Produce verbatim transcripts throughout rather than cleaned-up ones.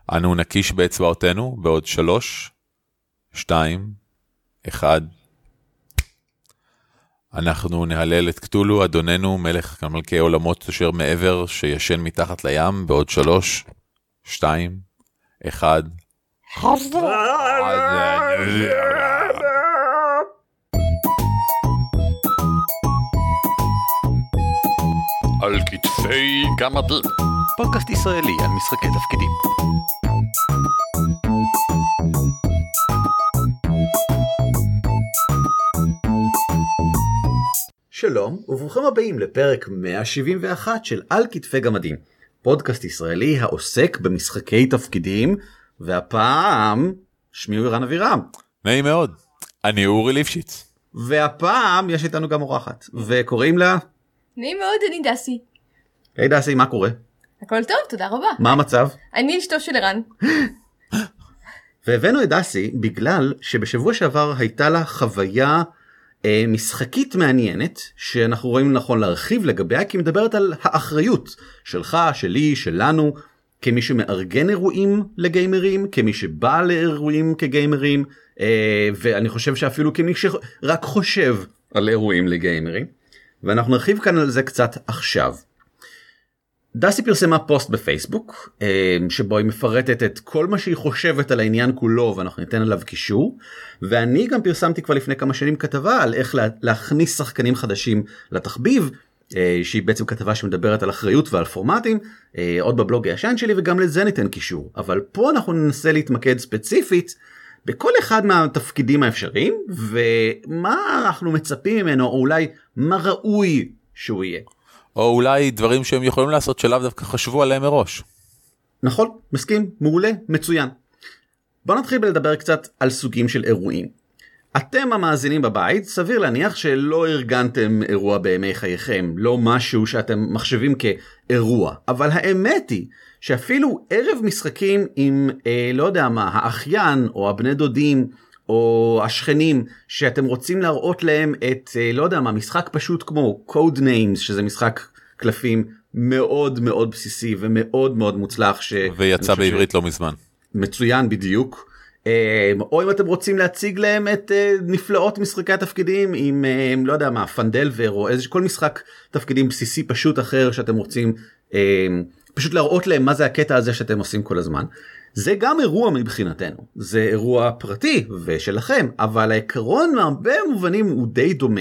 אנו נקיש באצבעותינו בעוד שלוש, שתיים, אחד. אנחנו נהלל את קטולו, אדוננו, מלך מלכי עולמות אשר מעבר, שישן מתחת לים בעוד שלוש, שתיים, אחד. על כתפי גמדים, פודקאסט ישראלי על משחקי תפקידים. שלום וברוכים הבאים לפרק מאה שבעים ואחת של על כתפי גמדים, פודקאסט ישראלי העוסק במשחקי תפקידים, והפעם שמי הוא ערן אבירם. נעים מאוד, אני אורי ליפשיץ. והפעם יש איתנו גם אורחת, וקוראים לה... נעים מאוד, אני דסי. היי דסי, מה קורה? הכל טוב, תודה רבה. מה המצב? אני אשתו של ערן. והבאנו את דסי בגלל שבשבוע שעבר הייתה לה חוויה אה, משחקית מעניינת, שאנחנו רואים נכון להרחיב לגביה, כי מדברת על האחריות שלך, שלי, שלנו, כמי שמארגן אירועים לגיימרים, כמי שבא לאירועים כגיימרים, אה, ואני חושב שאפילו כמי שרק חושב על אירועים לגיימרים, ואנחנו נרחיב כאן על זה קצת עכשיו. דסי פרסמה פוסט בפייסבוק, שבו היא מפרטת את כל מה שהיא חושבת על העניין כולו, ואנחנו ניתן עליו קישור, ואני גם פרסמתי כבר לפני כמה שנים כתבה על איך להכניס שחקנים חדשים לתחביב, שהיא בעצם כתבה שמדברת על אחריות ועל פורמטים, עוד בבלוג הישן שלי, וגם לזה ניתן קישור. אבל פה אנחנו ננסה להתמקד ספציפית, בכל אחד מהתפקידים האפשריים, ומה אנחנו מצפים ממנו, או אולי מה ראוי שהוא יהיה. או אולי דברים שהם יכולים לעשות שלאו דווקא חשבו עליהם מראש. נכון, מסכים, מעולה, מצוין. בואו נתחיל בלדבר קצת על סוגים של אירועים. אתם המאזינים בבית, סביר להניח שלא ארגנתם אירוע בימי חייכם, לא משהו שאתם מחשבים כאירוע, אבל האמת היא שאפילו ערב משחקים עם, אה, לא יודע מה, האחיין או הבני דודים או השכנים שאתם רוצים להראות להם את, אה, לא יודע מה, משחק פשוט כמו Code Names, שזה משחק קלפים מאוד מאוד בסיסי ומאוד מאוד מוצלח. ש... ויצא בעברית ש... לא מזמן. מצוין בדיוק. או אם אתם רוצים להציג להם את נפלאות משחקי התפקידים עם, לא יודע מה, פנדלבר או איזה כל משחק תפקידים בסיסי פשוט אחר שאתם רוצים פשוט להראות להם מה זה הקטע הזה שאתם עושים כל הזמן. זה גם אירוע מבחינתנו, זה אירוע פרטי ושלכם, אבל העיקרון מהרבה מובנים הוא די דומה.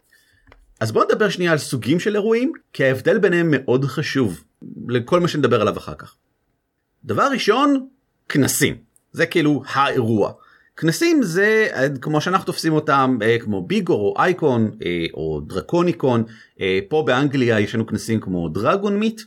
אז בואו נדבר שנייה על סוגים של אירועים, כי ההבדל ביניהם מאוד חשוב לכל מה שנדבר עליו אחר כך. דבר ראשון, כנסים. זה כאילו האירוע. כנסים זה כמו שאנחנו תופסים אותם כמו ביגור או אייקון או דרקוניקון. פה באנגליה יש לנו כנסים כמו דרגון מיט.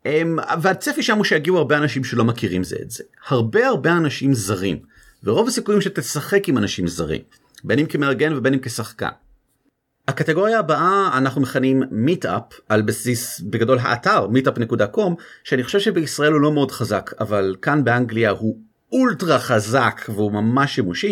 והצפי שם הוא שיגיעו הרבה אנשים שלא מכירים זה את זה. הרבה הרבה אנשים זרים. ורוב הסיכויים שתשחק עם אנשים זרים. בין אם כמארגן ובין אם כשחקן. הקטגוריה הבאה אנחנו מכנים מיטאפ על בסיס בגדול האתר מיטאפ נקודה קום, שאני חושב שבישראל הוא לא מאוד חזק, אבל כאן באנגליה הוא אולטרה חזק והוא ממש שימושי,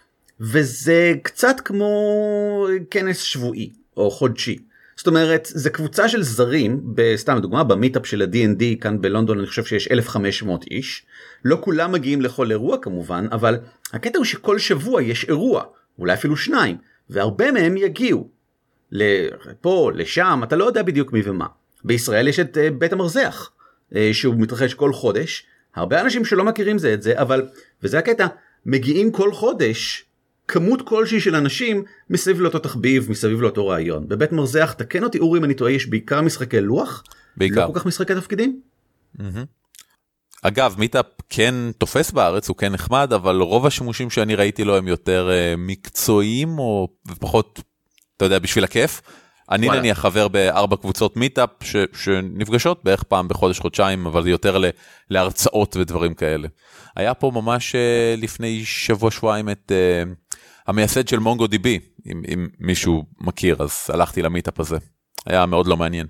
וזה קצת כמו כנס שבועי או חודשי. זאת אומרת, זה קבוצה של זרים, בסתם דוגמה, במיטאפ של ה-די אנד די כאן בלונדון אני חושב שיש אלף וחמש מאות איש, לא כולם מגיעים לכל אירוע כמובן, אבל הקטע הוא שכל שבוע יש אירוע, אולי אפילו שניים, והרבה מהם יגיעו. לפה, לשם, אתה לא יודע בדיוק מי ומה. בישראל יש את בית המרזח, שהוא מתרחש כל חודש, הרבה אנשים שלא מכירים זה את זה, אבל, וזה הקטע, מגיעים כל חודש, כמות כלשהי של אנשים, מסביב לאותו תחביב, מסביב לאותו רעיון. בבית מרזח, תקן אותי אורי אם אני טועה, יש בעיקר משחקי לוח, בעיקר. לא כל כך משחקי תפקידים. Mm-hmm. אגב, מיטאפ כן תופס בארץ, הוא כן נחמד, אבל רוב השימושים שאני ראיתי לו הם יותר uh, מקצועיים, או פחות, אתה יודע, בשביל הכיף. אני וואלה. נניח חבר בארבע קבוצות מיטאפ, ש, שנפגשות בערך פעם בחודש, חודשיים, אבל יותר ל, להרצאות ודברים כאלה. היה פה ממש uh, לפני שבוע שבועיים את uh, המייסד של מונגו די בי, אם, אם מישהו מכיר, אז הלכתי למיטאפ הזה. היה מאוד לא מעניין.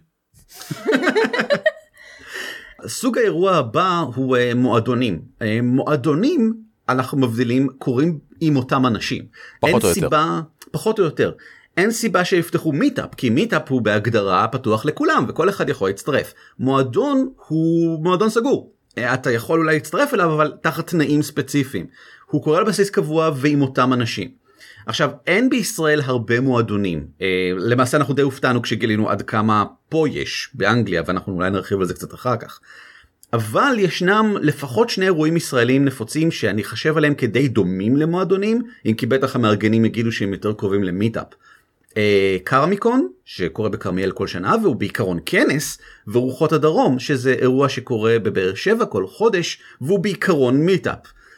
סוג האירוע הבא הוא uh, מועדונים. Uh, מועדונים, אנחנו מבדילים, קוראים עם אותם אנשים. פחות או סיבה, יותר. פחות או יותר. אין סיבה שיפתחו מיטאפ, כי מיטאפ הוא בהגדרה פתוח לכולם, וכל אחד יכול להצטרף. מועדון הוא מועדון סגור. אתה יכול אולי להצטרף אליו, אבל תחת תנאים ספציפיים. הוא קורא על בסיס קבוע ועם אותם אנשים. עכשיו, אין בישראל הרבה מועדונים. למעשה אנחנו די הופתענו כשגילינו עד כמה פה יש באנגליה, ואנחנו אולי נרחיב על זה קצת אחר כך. אבל ישנם לפחות שני אירועים ישראלים נפוצים שאני חשב עליהם כדי דומים למועדונים, אם כי בטח המארגנים יגידו שהם יותר קרובים למיטאפ. קרמיקון, שקורה בכרמיאל כל שנה, והוא בעיקרון כנס, ורוחות הדרום, שזה אירוע שקורה בבאר שבע כל חודש, והוא בעיקרון מיטאפ.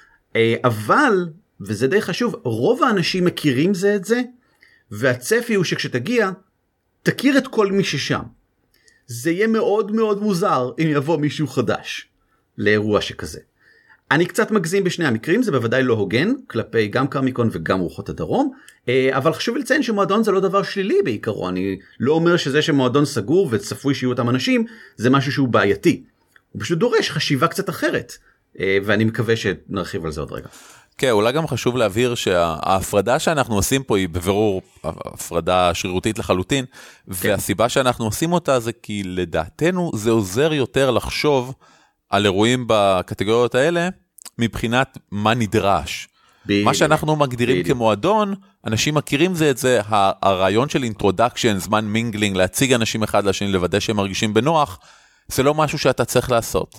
אבל, וזה די חשוב, רוב האנשים מכירים זה את זה, והצפי הוא שכשתגיע, תכיר את כל מי ששם. זה יהיה מאוד מאוד מוזר אם יבוא מישהו חדש לאירוע שכזה. אני קצת מגזים בשני המקרים, זה בוודאי לא הוגן, כלפי גם קרמיקון וגם רוחות הדרום, אבל חשוב לציין שמועדון זה לא דבר שלילי בעיקרון, אני לא אומר שזה שמועדון סגור וצפוי שיהיו אותם אנשים, זה משהו שהוא בעייתי. הוא פשוט דורש חשיבה קצת אחרת, ואני מקווה שנרחיב על זה עוד רגע. כן, אולי גם חשוב להבהיר שההפרדה שאנחנו עושים פה היא בבירור הפרדה שרירותית לחלוטין, והסיבה שאנחנו עושים אותה זה כי לדעתנו זה עוזר יותר לחשוב על אירועים בקטגוריות האלה, מבחינת מה נדרש. מה שאנחנו מגדירים כמועדון, אנשים מכירים זה את זה, הרעיון של אינטרודקשן, זמן מינגלינג, להציג אנשים אחד לשני, לוודא שהם מרגישים בנוח, זה לא משהו שאתה צריך לעשות.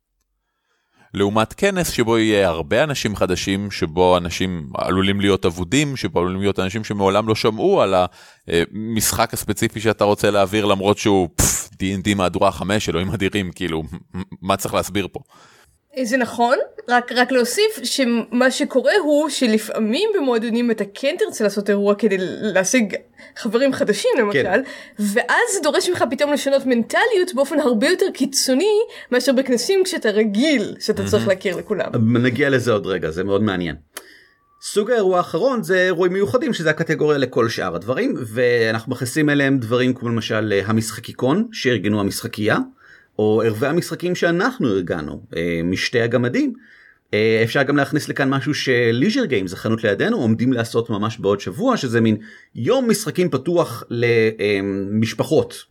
לעומת כנס שבו יהיה הרבה אנשים חדשים, שבו אנשים עלולים להיות עבודים, שבו עלולים להיות אנשים שמעולם לא שמעו על המשחק הספציפי שאתה רוצה להעביר, למרות שהוא די אנד די מהדורה חמש, אלוהים אדירים, כאילו, מה צריך להסביר פה? זה נכון, רק, רק להוסיף שמה שקורה הוא שלפעמים במועדונים אתה כן תרצה לעשות אירוע כדי להשיג חברים חדשים למשל, כן. ואז זה דורש ממך פתאום לשנות מנטליות באופן הרבה יותר קיצוני מאשר בכנסים כשאתה רגיל שאתה צריך להכיר לכולם. נגיע לזה עוד רגע, זה מאוד מעניין. סוג האירוע האחרון זה אירועים מיוחדים, שזה הקטגוריה לכל שאר הדברים, ואנחנו מכניסים אליהם דברים כמו למשל המשחקיקון שארגנו המשחקייה, או ערבי המשחקים שאנחנו ארגנו, משתי הגמדים. אפשר גם להכניס לכאן משהו שליז'ר גיימס, החנות לידינו, עומדים לעשות ממש בעוד שבוע, שזה מין יום משחקים פתוח למשפחות.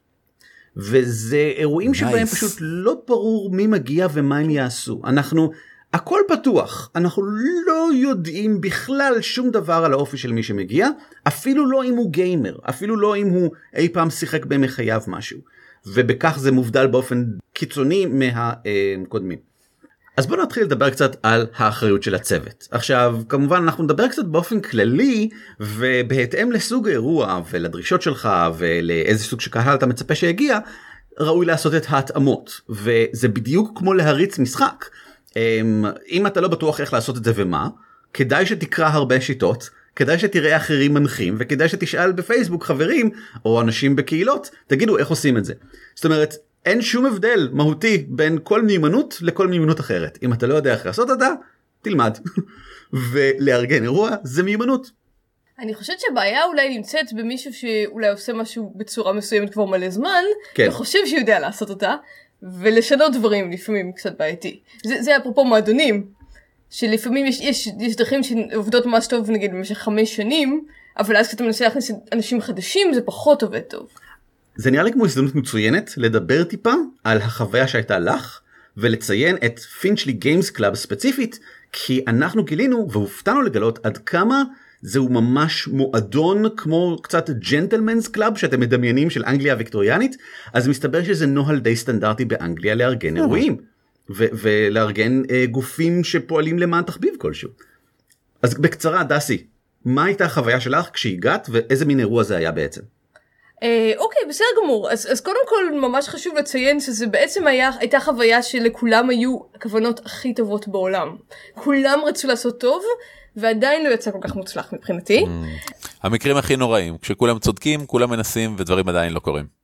וזה אירועים שבהם פשוט לא ברור מי מגיע ומה הם יעשו. אנחנו, הכל פתוח, אנחנו לא יודעים בכלל שום דבר על האופי של מי שמגיע, אפילו לא אם הוא גיימר, אפילו לא אם הוא אי פעם שיחק במחייב משהו. ובכך זה מובדל באופן קיצוני מהקודמים. אז בואו נתחיל לדבר קצת על האחריות של הצוות. עכשיו, כמובן אנחנו נדבר קצת באופן כללי, ובהתאם לסוג האירוע ולדרישות שלך ולאיזה סוג שקהל אתה מצפה שיגיע, ראוי לעשות את ההתאמות. וזה בדיוק כמו להריץ משחק. אם אתה לא בטוח איך לעשות את זה ומה, כדאי שתקרא הרבה שיטות, כדאי שתראה אחרים מנחים, וכדאי שתשאל בפייסבוק חברים, או אנשים בקהילות, תגידו איך עושים את זה. זאת אומרת, אין שום הבדל מהותי בין כל מיומנות לכל מיומנות אחרת. אם אתה לא יודע איך לעשות אותה, תלמד. ולארגן אירוע זה מיומנות. אני חושבת שהבעיה אולי נמצאת במישהו שאולי עושה משהו בצורה מסוימת כבר מלא זמן, כן. וחושב שיודע לעשות אותה, ולשנות דברים לפעמים קצת בעייתי. זה, זה אפרופו מועדונים. שלפעמים יש, יש, יש דרכים שעובדות ממש טוב נגיד במשך חמש שנים, אבל אז כשאתה מנסה להכניס אנשים חדשים זה פחות עובד טוב. זה נראה לי כמו הזדמנות מצוינת לדבר טיפה על החוויה שהייתה לך, ולציין את פינצ'לי גיימס קלאב ספציפית, כי אנחנו גילינו והופתענו לגלות עד כמה זהו ממש מועדון כמו קצת ג'נטלמנס קלאב שאתם מדמיינים של אנגליה הוויקטוריאנית, אז מסתבר שזה נוהל די סטנדרטי באנגליה לארגן אירועים. ו- ולארגן אה, גופים שפועלים למען תחביב כלשהו. אז בקצרה, דסי, מה הייתה החוויה שלך כשהגעת ואיזה מין אירוע זה היה בעצם? אה, אוקיי, בסדר גמור. אז, אז קודם כל ממש חשוב לציין שזה בעצם היה, הייתה חוויה שלכולם היו הכוונות הכי טובות בעולם. כולם רצו לעשות טוב, ועדיין לא יצא כל כך מוצלח מבחינתי. Mm. המקרים הכי נוראים, כשכולם צודקים, כולם מנסים ודברים עדיין לא קורים.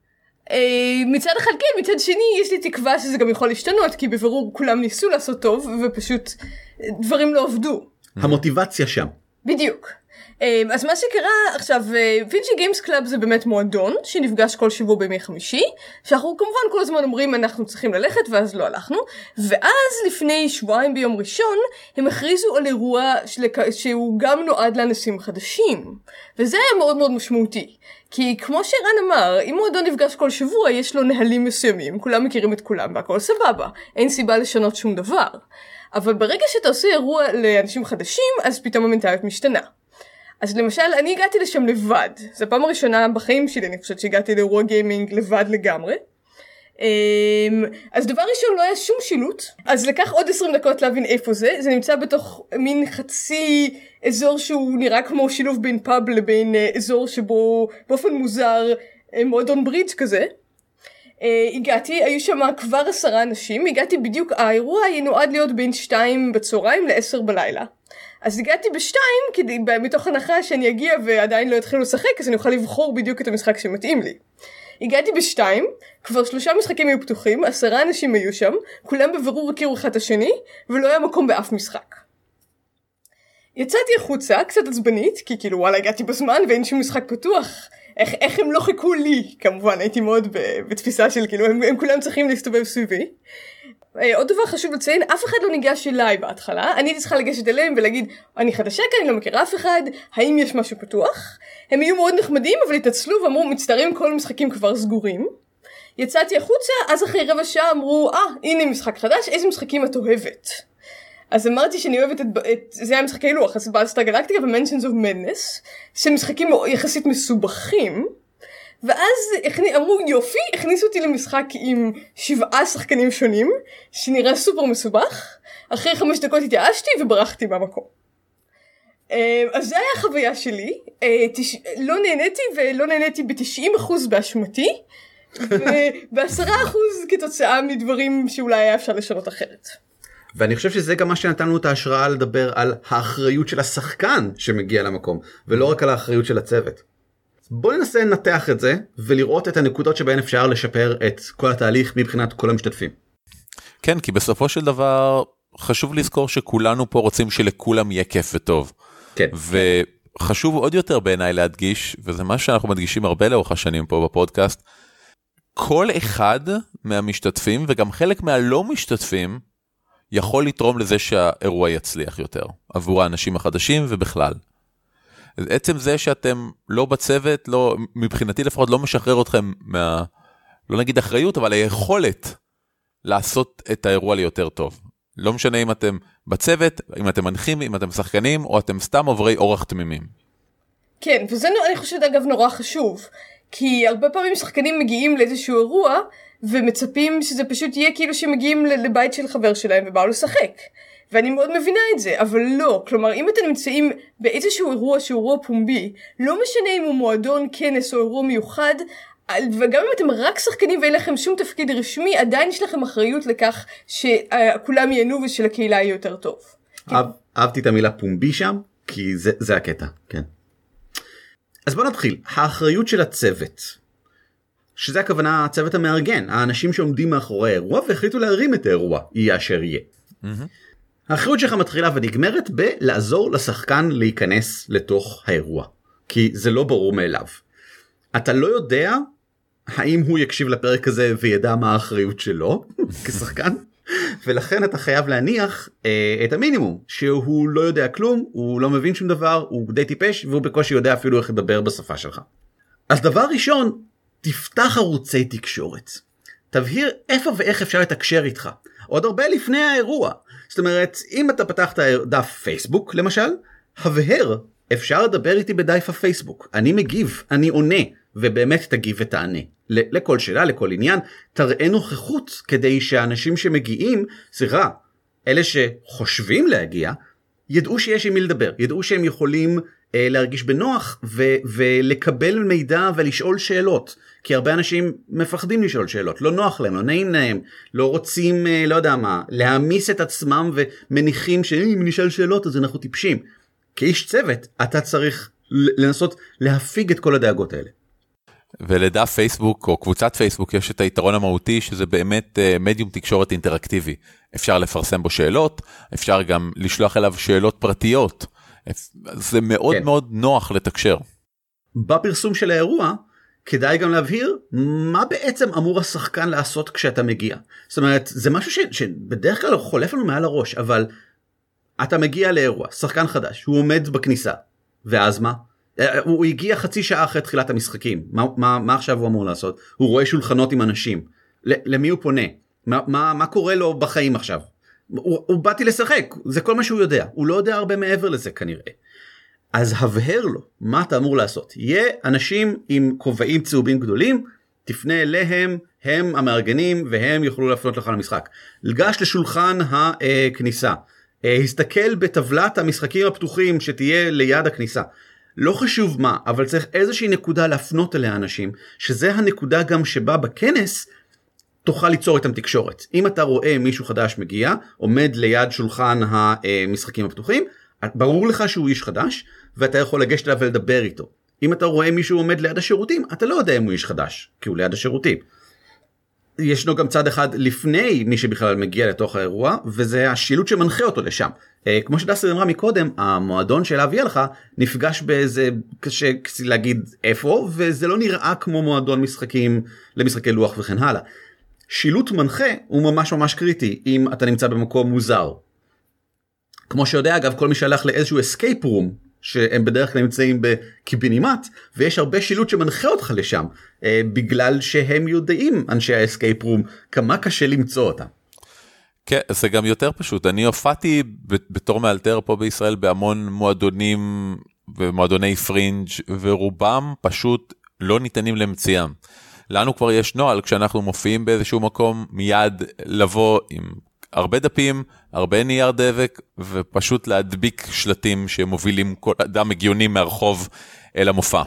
מצד אחד כן, מצד שני יש לי תקווה שזה גם יכול להשתנות, כי בבירור כולם ניסו לעשות טוב ופשוט דברים לא עובדו. המוטיבציה שם. בדיוק. אז מה שקרה עכשיו, וינצ'י גיימס קלאב זה באמת מועדון שנפגש כל שבוע בימי חמישי, שאנחנו כמובן כל הזמן אומרים אנחנו צריכים ללכת ואז לא הלכנו, ואז לפני שבועיים ביום ראשון הם הכריזו על אירוע שהוא גם נועד לאנשים חדשים, וזה היה מאוד מאוד משמעותי, כי כמו שרן אמר, אם מועדון נפגש כל שבוע יש לו נהלים מסוימים, כולם מכירים את כולם והכל סבבה, אין סיבה לשנות שום דבר, אבל ברגע שאתה עושה אירוע לאנשים חדשים אז פתאום המנטליות משתנה. אז למשל, אני הגעתי לשם לבד. זו הפעם הראשונה בחיים שלי, אני חושבת שהגעתי לאירוע גיימינג לבד לגמרי. אז דבר ראשון, לא היה שום שילוט. אז לקח עוד עשרים דקות להבין איפה זה. זה נמצא בתוך מין חצי אזור שהוא נראה כמו שילוב בין פאב לבין אזור שבו באופן מוזר מועדון ברידג' כזה. הגעתי, היו שם כבר עשרה אנשים. הגעתי בדיוק, האירוע נועד להיות בין שתיים בצהריים לעשר בלילה. אז הגעתי בשתיים, כדי, מתוך הנחה שאני אגיע ועדיין לא יתחילו לשחק, אז אני אוכל לבחור בדיוק את המשחק שמתאים לי. הגעתי בשתיים, כבר שלושה משחקים היו פתוחים, עשרה אנשים היו שם, כולם בבירור הכירו אחד את השני, ולא היה מקום באף משחק. יצאתי החוצה, קצת עצבנית, כי כאילו וואלה הגעתי בזמן ואין שום משחק פתוח. איך, איך הם לא חיכו לי? כמובן, הייתי מאוד בתפיסה של כאילו, הם, הם כולם צריכים להסתובב סביבי. עוד דבר חשוב לציין, אף אחד לא ניגש אליי בהתחלה, אני הייתי צריכה לגשת אליהם ולהגיד, אני חדשה כאן, אני לא מכירה אף אחד, האם יש משהו פתוח? הם היו מאוד נחמדים, אבל התעצלו ואמרו, מצטערים, כל המשחקים כבר סגורים. יצאתי החוצה, אז אחרי רבע שעה אמרו, אה, הנה משחק חדש, איזה משחקים את אוהבת? אז אמרתי שאני אוהבת את, את זה היה משחקי לוח, אז באלסטר גלקטיקה ו-Mansions of Madness, שמשחקים יחסית מסובכים, ואז אמרו יופי, הכניסו אותי למשחק עם שבעה שחקנים שונים, שנראה סופר מסובך, אחרי חמש דקות התייאשתי וברחתי מהמקום. אז זה היה החוויה שלי, לא נהניתי ולא נהניתי ב-תשעים אחוז באשמתי, וב-עשרה אחוז כתוצאה מדברים שאולי היה אפשר לשנות אחרת. ואני חושב שזה גם מה שנתנו את ההשראה לדבר על האחריות של השחקן שמגיע למקום, ולא רק על האחריות של הצוות. בואו ננסה לנתח את זה, ולראות את הנקודות שבהן אפשר לשפר את כל התהליך מבחינת כל המשתתפים. כן, כי בסופו של דבר חשוב לזכור שכולנו פה רוצים שלכולם יהיה כיף וטוב. כן. וחשוב עוד יותר בעיניי להדגיש, וזה מה שאנחנו מדגישים הרבה לאורך השנים פה בפודקאסט, כל אחד מהמשתתפים וגם חלק מהלא משתתפים יכול לתרום לזה שהאירוע יצליח יותר, עבור האנשים החדשים ובכלל. עצם זה שאתם לא בצוות, לא, מבחינתי לפחות לא משחרר אתכם מה, לא נגיד אחריות, אבל היכולת לעשות את האירוע ליותר טוב. לא משנה אם אתם בצוות, אם אתם מנחים, אם אתם שחקנים, או אתם סתם עוברי אורח תמימים. כן, וזה אני חושבת אגב נורא חשוב, כי הרבה פעמים שחקנים מגיעים לאיזשהו אירוע, ומצפים שזה פשוט יהיה כאילו שמגיעים לבית של חבר שלהם ובאו לשחק. ואני מאוד מבינה את זה, אבל לא. כלומר, אם אתם נמצאים באיזשהו אירוע שהוא אירוע פומבי, לא משנה אם הוא מועדון, כנס או אירוע מיוחד, וגם אם אתם רק שחקנים ואין לכם שום תפקיד רשמי, עדיין יש לכם אחריות לכך שכולם ייהנו ושלקהילה יהיה יותר טוב. אהבתי את המילה פומבי שם, כי זה, זה הקטע, כן. אז בוא נתחיל. האחריות של הצוות, שזה הכוונה הצוות המארגן, האנשים שעומדים מאחורי האירוע והחליטו להרים את האירוע, יהיה אשר יהיה. האחריות שלך מתחילה ונגמרת בלעזור לשחקן להיכנס לתוך האירוע, כי זה לא ברור מאליו. אתה לא יודע האם הוא יקשיב לפרק הזה וידע מה האחריות שלו כשחקן, ולכן אתה חייב להניח אה, את המינימום, שהוא לא יודע כלום, הוא לא מבין שום דבר, הוא די טיפש, והוא בקושי יודע אפילו איך לדבר בשפה שלך. אז דבר ראשון, תפתח ערוצי תקשורת. תבהיר איפה ואיך אפשר לתקשר איתך. עוד הרבה לפני האירוע. זאת אומרת, אם אתה פתחת דף פייסבוק, למשל, הבהר, אפשר לדבר איתי בדף הפייסבוק. אני מגיב, אני עונה, ובאמת תגיב ותענה. לכל שאלה, לכל עניין, תראה נוכחות, כדי שהאנשים שמגיעים, סליחה, אלה שחושבים להגיע, ידעו שיש עם מי לדבר, ידעו שהם יכולים אה, להרגיש בנוח, ו- ולקבל מידע ולשאול שאלות. כי הרבה אנשים מפחדים לשאול שאלות, לא נוח להם, לא נעים להם, לא רוצים, אה, לא יודע מה, להעמיס את עצמם ומניחים שאם נשאל שאלות אז אנחנו טיפשים. כאיש צוות, אתה צריך לנסות להפיג את כל הדאגות האלה. ולדף פייסבוק או קבוצת פייסבוק יש את היתרון המהותי שזה באמת מדיום תקשורת אינטראקטיבי. אפשר לפרסם בו שאלות, אפשר גם לשלוח אליו שאלות פרטיות, זה מאוד כן. מאוד נוח לתקשר. בפרסום של האירוע, כדאי גם להבהיר מה בעצם אמור השחקן לעשות כשאתה מגיע. זאת אומרת, זה משהו ש, שבדרך כלל חולף לנו מעל הראש, אבל אתה מגיע לאירוע, שחקן חדש, הוא עומד בכניסה, ואז מה? הוא הגיע חצי שעה אחרי תחילת המשחקים, מה, מה, מה עכשיו הוא אמור לעשות? הוא רואה שולחנות עם אנשים, למי הוא פונה? מה, מה, מה קורה לו בחיים עכשיו? הוא, הוא באתי לשחק, זה כל מה שהוא יודע, הוא לא יודע הרבה מעבר לזה כנראה. אז הבהר לו מה אתה אמור לעשות. יהיה אנשים עם כובעים צהובים גדולים, תפנה אליהם, הם המארגנים, והם יוכלו להפנות לך למשחק. לגש לשולחן הכניסה, הסתכל בטבלת המשחקים הפתוחים שתהיה ליד הכניסה. לא חשוב מה, אבל צריך איזושהי נקודה להפנות אליה אנשים, שזה הנקודה גם שבה בכנס תוכל ליצור איתם תקשורת. אם אתה רואה מישהו חדש מגיע, עומד ליד שולחן המשחקים הפתוחים, ברור לך שהוא איש חדש, ואתה יכול לגשת אליו ולדבר איתו. אם אתה רואה מישהו עומד ליד השירותים, אתה לא יודע אם הוא איש חדש, כי הוא ליד השירותים. ישנו גם צד אחד לפני מי שבכלל מגיע לתוך האירוע, וזה השילוט שמנחה אותו לשם. כמו שדסי אמרה מקודם, המועדון שאליו יהיה לך, נפגש באיזה, קשה להגיד איפה, וזה לא נראה כמו מועדון משחקים למשחקי לוח וכן הלאה. שילוט מנחה הוא ממש ממש קריטי, אם אתה נמצא במקום מוזר. כמו שיודע אגב, כל מי שהלך לאיזשהו escape room, שהם בדרך כלל נמצאים בקיבינימט, ויש הרבה שילוט שמנחה אותך לשם, אה, בגלל שהם יודעים, אנשי האסקייפ רום, כמה קשה למצוא אותם. כן, זה גם יותר פשוט. אני הופעתי בתור מאלתר פה בישראל, בהמון מועדונים ומועדוני פרינג', ורובם פשוט לא ניתנים למציאם. לנו כבר יש נועל, כשאנחנו מופיעים באיזשהו מקום, מיד לבוא עם הרבה דפים, הרבה נייר דבק, ופשוט להדביק שלטים שמובילים כל אדם הגיוני מהרחוב אל המופע.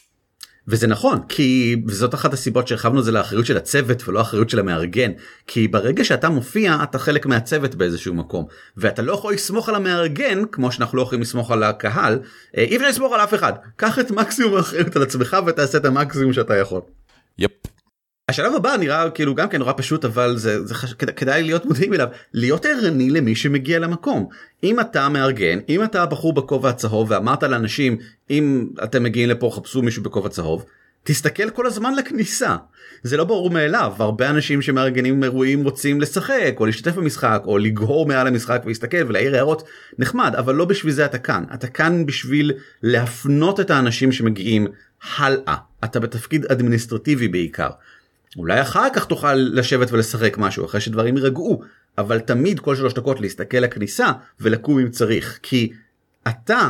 וזה נכון, כי וזאת אחת הסיבות שהרחבנו את זה לאחריות של הצוות ולא האחריות של המארגן, כי ברגע שאתה מופיע אתה חלק מהצוות באיזשהו מקום, ואתה לא יכול לסמוך על המארגן כמו שאנחנו לא יכולים לסמוך על הקהל, אי אפשר לסמוך על אף אחד. קח את מקסימום האחריות על עצמך ותעשה את המקסימום שאתה יכול. יפ. השלב הבא נראה כאילו גם כן נורא פשוט, אבל זה, זה חש... כדאי להיות מודעים אליו, להיות ערני למי שמגיע למקום. אם אתה מארגן, אם אתה בחור בכובע הצהוב ואמרת לאנשים, אם אתם מגיעים לפה חפשו מישהו בכובע צהוב, תסתכל כל הזמן לכניסה. זה לא ברור מאליו, הרבה אנשים שמארגנים אירועים רוצים לשחק או להשתתף במשחק או לגהור מעל המשחק ולהסתכל ולהעיר הערות, נחמד, אבל לא בשביל זה אתה כאן. אתה כאן בשביל להפנות את האנשים שמגיעים הלאה. אתה בתפקיד אדמיניסטרטיבי בעיקר. אולי אחר כך תוכל לשבת ולשחק משהו אחרי שדברים ירגעו, אבל תמיד כל שלוש דקות להסתכל לכניסה ולקום אם צריך, כי אתה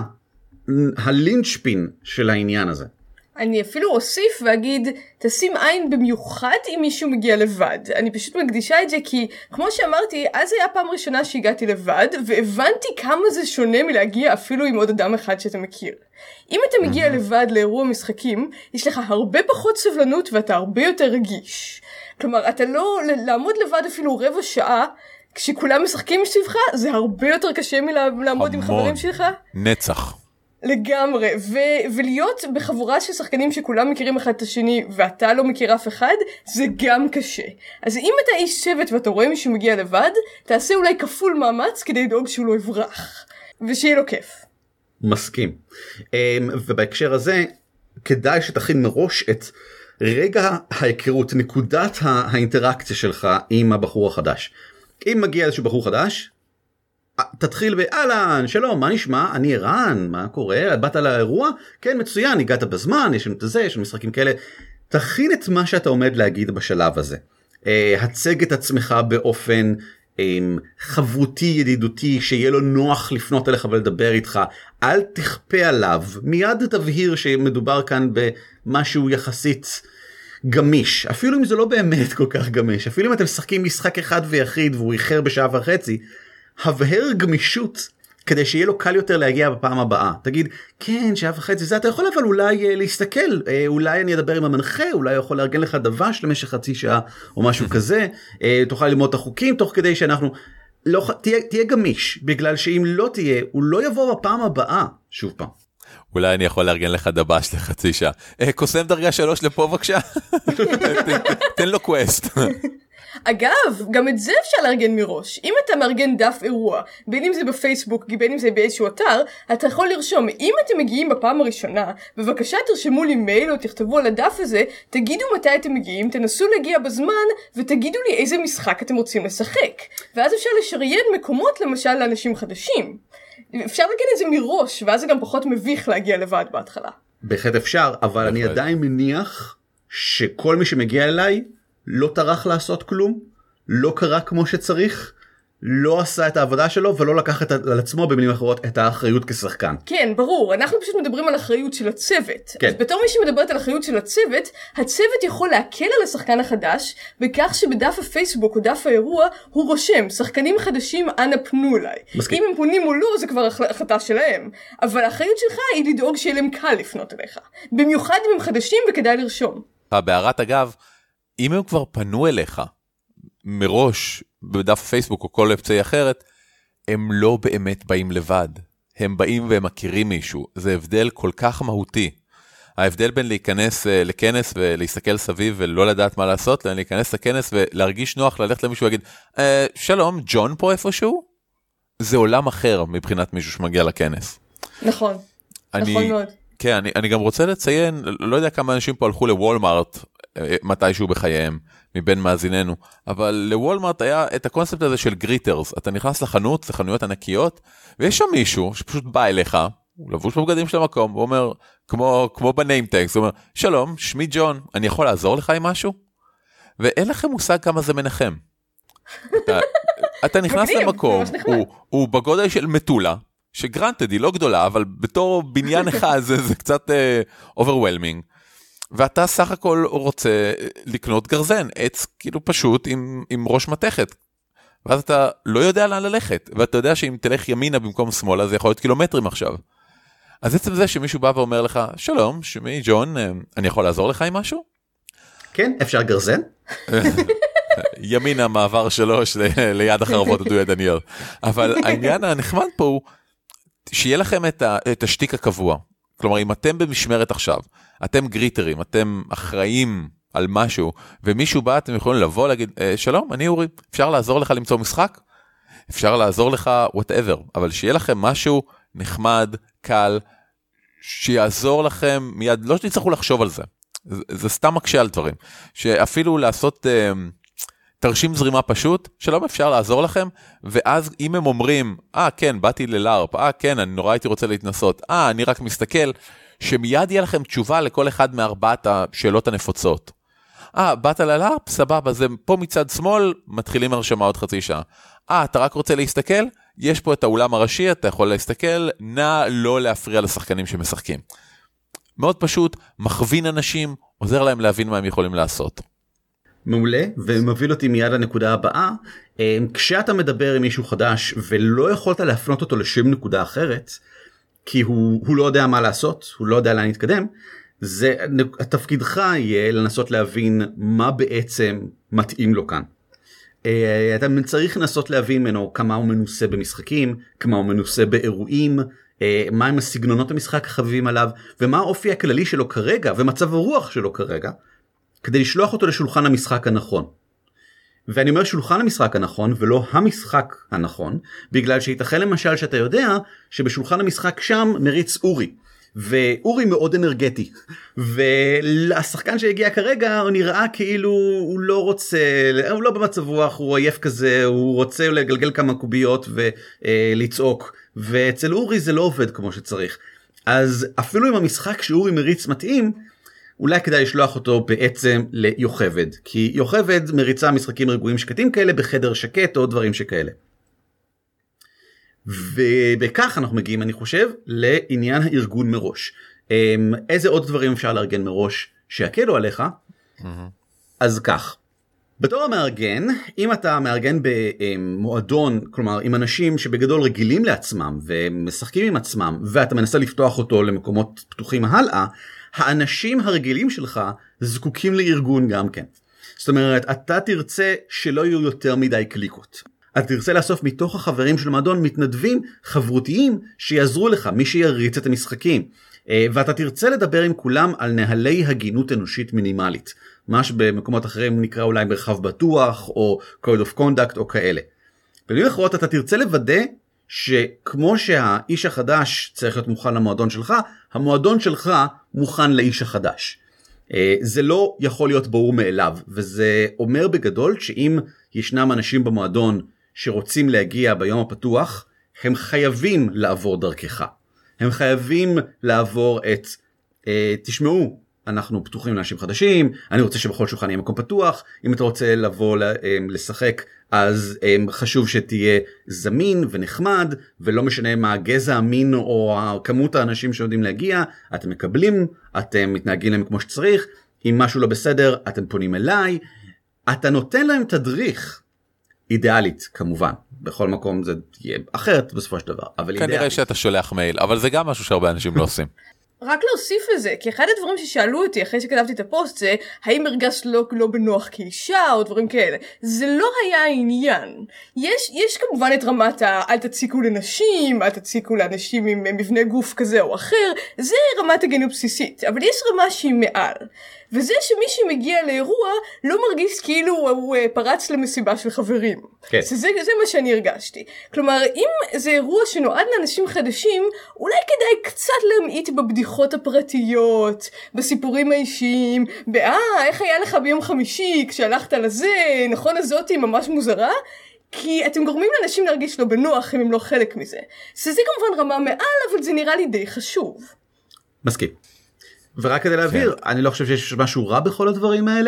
הלינצ'פין של העניין הזה. אני אפילו אוסיף ואגיד, תשים עין במיוחד אם מישהו מגיע לבד. אני פשוט מקדישה את זה כי, כמו שאמרתי, אז היה פעם ראשונה שהגעתי לבד, והבנתי כמה זה שונה מלהגיע אפילו עם עוד אדם אחד שאתה מכיר. אם אתה מגיע לבד לאירוע משחקים, יש לך הרבה פחות סבלנות ואתה הרבה יותר רגיש. כלומר, אתה לא, לעמוד לבד אפילו רבע שעה, כשכולם משחקים מסביבך, זה הרבה יותר קשה מלעמוד עם חברים שלך. נצח. לגמרי, ו- ולהיות בחבורה של שחקנים שכולם מכירים אחד את השני ואתה לא מכיר אף אחד, זה גם קשה. אז אם אתה איש שבט ואתה רואה מישהו מגיע לבד, תעשה אולי כפול מאמץ כדי לדאוג שהוא לא יברח, ושיהיה לו כיף. מסכים. ובהקשר הזה, כדאי שתכין מראש את רגע ההיכרות, נקודת האינטראקציה שלך עם הבחור החדש. אם מגיע איזשהו בחור חדש, תתחיל באלן, שלום, מה נשמע? אני ערן, מה קורה? באת לאירוע? כן, מצוין, הגעת בזמן, יש לנו את זה, יש לנו משחקים כאלה. תכין את מה שאתה עומד להגיד בשלב הזה. הצג את עצמך באופן חברותי, ידידותי, שיהיה לו נוח לפנות אליך ולדבר איתך. אל תכפה עליו, מיד תבהיר שמדובר כאן במשהו יחסית גמיש. אפילו אם זה לא באמת כל כך גמיש, אפילו אם אתם משחקים משחק אחד ויחיד והוא איחר בשעה וחצי, הבהר גמישות כדי שיהיה לו קל יותר להגיע בפעם הבאה. תגיד, כן, שעה וחצי זה, אתה יכול אבל אולי להסתכל, אולי אני אדבר עם המנחה, אולי יכול לארגן לך דבש למשך חצי שעה או משהו כזה, תוכל ללמוד את החוקים תוך כדי שאנחנו, לא, תהיה, תהיה גמיש, בגלל שאם לא תהיה, הוא לא יבוא בפעם הבאה, שוב פעם. אולי אני יכול לארגן לך דבש לחצי שעה. קוסם דרגה שלוש לפה בבקשה. תן לו קווסט. אגב, גם את זה אפשר לארגן מראש. אם אתה מארגן דף אירוע, בין אם זה בפייסבוק, בין אם זה באיזשהו אתר, אתה יכול לרשום, אם אתם מגיעים בפעם הראשונה, בבקשה תרשמו לי מייל או תכתבו על הדף הזה, תגידו מתי אתם מגיעים, תנסו להגיע בזמן, ותגידו לי איזה משחק אתם רוצים לשחק. ואז אפשר לשריין מקומות למשל לאנשים חדשים. אפשר להגיד את זה מראש, ואז זה גם פחות מביך להגיע לבד בהתחלה. בהחלט אפשר, אבל אני עדיין מניח שכל מי שמגיע אליי לא טרח לעשות כלום, לא קרה כמו שצריך, לא עשה את העבודה שלו ולא לקח את, על עצמו במילים אחרות את האחריות כשחקן. כן, ברור, אנחנו פשוט מדברים על אחריות של הצוות. כן. אז בתור מי שמדברת על אחריות של הצוות, הצוות יכול להקל על השחקן החדש, בכך שבדף הפייסבוק או דף האירוע הוא רושם, שחקנים חדשים אנא פנו אליי. מסכים. אם הם פונים או לא, זה כבר החלטה שלהם. אבל האחריות שלך היא לדאוג שיהיה להם קל לפנות אליך. במיוחד אם הם חדשים וכדאי לרשום. בהערת אגב, אם הם כבר פנו אליך מראש בדף הפייסבוק או כל אמצעי אחרת, הם לא באמת באים לבד. הם באים והם מכירים מישהו. זה הבדל כל כך מהותי. ההבדל בין להיכנס לכנס ולהסתכל סביב ולא לדעת מה לעשות, לבין להיכנס לכנס ולהרגיש נוח ללכת למישהו ולהגיד, אה, שלום, ג'ון פה איפשהו? זה עולם אחר מבחינת מישהו שמגיע לכנס. נכון, אני, נכון מאוד. כן, אני, אני גם רוצה לציין, לא יודע כמה אנשים פה הלכו לוולמארט, מתישהו בחייהם, מבין מאזיננו, אבל לוולמארט היה את הקונספט הזה של גריטרס, אתה נכנס לחנות, זה חנויות ענקיות, ויש שם מישהו שפשוט בא אליך, הוא לבוש בבגדים של המקום, הוא אומר, כמו, כמו בניימטקס, הוא אומר, שלום, שמי ג'ון, אני יכול לעזור לך עם משהו? ואין לכם מושג כמה זה מנחם. אתה, אתה נכנס למקום, הוא, הוא בגודל של מטולה, שגרנטד היא לא גדולה, אבל בתור בניין אחד זה, זה קצת uh, overwhelming, ואתה סך הכל רוצה לקנות גרזן, עץ כאילו פשוט עם, עם ראש מתכת, ואז אתה לא יודע לאן ללכת, ואתה יודע שאם תלך ימינה במקום שמאלה, זה יכול להיות קילומטרים עכשיו. אז עצם זה שמישהו בא ואומר לך, שלום, שמי ג'ון, אני יכול לעזור לך עם משהו? כן, אפשר גרזן? ימין המעבר שלוש ליד החרבות הדויה דניאל. אבל העניין הנחמד פה הוא, שיהיה לכם את, ה, את השתיק הקבוע. כלומר, אם אתם במשמרת עכשיו, אתם גריטרים, אתם אחראים על משהו, ומישהו בא, אתם יכולים לבוא להגיד, שלום, אני אורי, אפשר לעזור לך למצוא משחק? אפשר לעזור לך whatever, אבל שיהיה לכם משהו נחמד, קל, שיעזור לכם מיד, לא שתצטרכו לחשוב על זה. זה, זה סתם מקשה על דברים. שאפילו לעשות uh, תרשים זרימה פשוט, שלא אפשר לעזור לכם, ואז אם הם אומרים, אה, כן, באתי ללארפ, אה, כן, אני נורא הייתי רוצה להתנסות, אה, אני רק מסתכל, שמיד יהיה לכם תשובה לכל אחד מארבעת השאלות הנפוצות. אה, באת ללארפ? סבבה, זה פה מצד שמאל, מתחילים הרשמה עוד חצי שעה. אה, אתה רק רוצה להסתכל? יש פה את האולם הראשי, אתה יכול להסתכל, נא לא להפריע לשחקנים שמשחקים. מאוד פשוט, מכווין אנשים, עוזר להם להבין מה הם יכולים לעשות. מעולה, ומוביל אותי מיד לנקודה הבאה. כשאתה מדבר עם מישהו חדש ולא יכולת להפנות אותו לשם נקודה אחרת, כי הוא, הוא לא יודע מה לעשות, הוא לא יודע לאן להתקדם, זה, התפקידך יהיה לנסות להבין מה בעצם מתאים לו כאן. אתה צריך לנסות להבין ממנו כמה הוא מנוסה במשחקים, כמה הוא מנוסה באירועים, מה הם הסגנונות המשחק החביבים עליו, ומה האופי הכללי שלו כרגע, ומצב הרוח שלו כרגע, כדי לשלוח אותו לשולחן המשחק הנכון. ואני אומר שולחן המשחק הנכון, ולא המשחק הנכון, בגלל שייתכן למשל שאתה יודע, שבשולחן המשחק שם מריץ אורי, ואורי מאוד אנרגטי, והשחקן שהגיע כרגע, הוא נראה כאילו הוא לא רוצה, הוא לא במצב רוח, הוא עייף כזה, הוא רוצה לגלגל כמה קוביות ולצעוק, ואצל אורי זה לא עובד כמו שצריך. אז אפילו אם המשחק שאורי מריץ מתאים, אולי כדאי לשלוח אותו בעצם ליוחבד, כי יוחבד מריצה משחקים רגועים שקטים כאלה בחדר שקט או דברים שכאלה. ובכך אנחנו מגיעים, אני חושב, לעניין הארגון מראש. איזה עוד דברים אפשר לארגן מראש שיקלו עליך? Mm-hmm. אז כך. בתור המארגן, אם אתה מארגן במועדון, כלומר עם אנשים שבגדול רגילים לעצמם ומשחקים עם עצמם, ואתה מנסה לפתוח אותו למקומות פתוחים הלאה, האנשים הרגילים שלך זקוקים לארגון גם כן. זאת אומרת, אתה תרצה שלא יהיו יותר מדי קליקות. אתה תרצה לאסוף מתוך החברים של המועדון מתנדבים חברותיים שיעזרו לך, מי שיריץ את המשחקים. ואתה תרצה לדבר עם כולם על נהלי הגינות אנושית מינימלית. מה שבמקומות אחרים נקרא אולי מרחב בטוח, או Code of Conduct, או כאלה. במילים אחרות, אתה תרצה לוודא שכמו שהאיש החדש צריך להיות מוכן למועדון שלך, המועדון שלך מוכן לאיש החדש. זה לא יכול להיות ברור מאליו, וזה אומר בגדול שאם ישנם אנשים במועדון שרוצים להגיע ביום הפתוח, הם חייבים לעבור דרכך. הם חייבים לעבור את, תשמעו, אנחנו פתוחים לאנשים חדשים, אני רוצה שבכל שולחן יהיה מקום פתוח, אם אתה רוצה לבוא לשחק, אז חשוב שתהיה זמין ונחמד, ולא משנה מה הגזע, המין או כמות האנשים שיודעים להגיע, אתם מקבלים, אתם מתנהגים להם כמו שצריך, אם משהו לא בסדר, אתם פונים אליי, אתה נותן להם תדריך, אידיאלית כמובן, בכל מקום זה יהיה אחרת בסופו של דבר, אבל כנראה אידיאלית. שאתה שולח מייל, אבל זה גם משהו שהרבה אנשים לא עושים. רק להוסיף לזה, כי אחד הדברים ששאלו אותי אחרי שכתבתי את הפוסט זה, האם הרגשת לא, לא בנוח כאישה או דברים כאלה. זה לא היה העניין. יש, יש כמובן את רמת ה, אל תציקו לנשים, אל תציקו לאנשים עם מבנה גוף כזה או אחר, זה רמת הגנות בסיסית, אבל יש רמה שהיא מעל. וזה שמי שמגיע לאירוע לא מרגיש כאילו הוא פרץ למסיבה של חברים. כן. זה, זה מה שאני הרגשתי. כלומר, אם זה אירוע שנועד לאנשים חדשים, אולי כדאי קצת להמעיט בבדיחות הפרטיות, בסיפורים האישיים, באה, איך היה לך ביום חמישי כשהלכת לזה, נכון הזאתי ממש מוזרה? כי אתם גורמים לאנשים להרגיש לא בנוח אם הם לא חלק מזה. זה, זה כמובן רמה מעל, אבל זה נראה לי די חשוב. מסכים. ורק כדי להבהיר, אני לא חושב שיש משהו רע בכל הדברים האלה,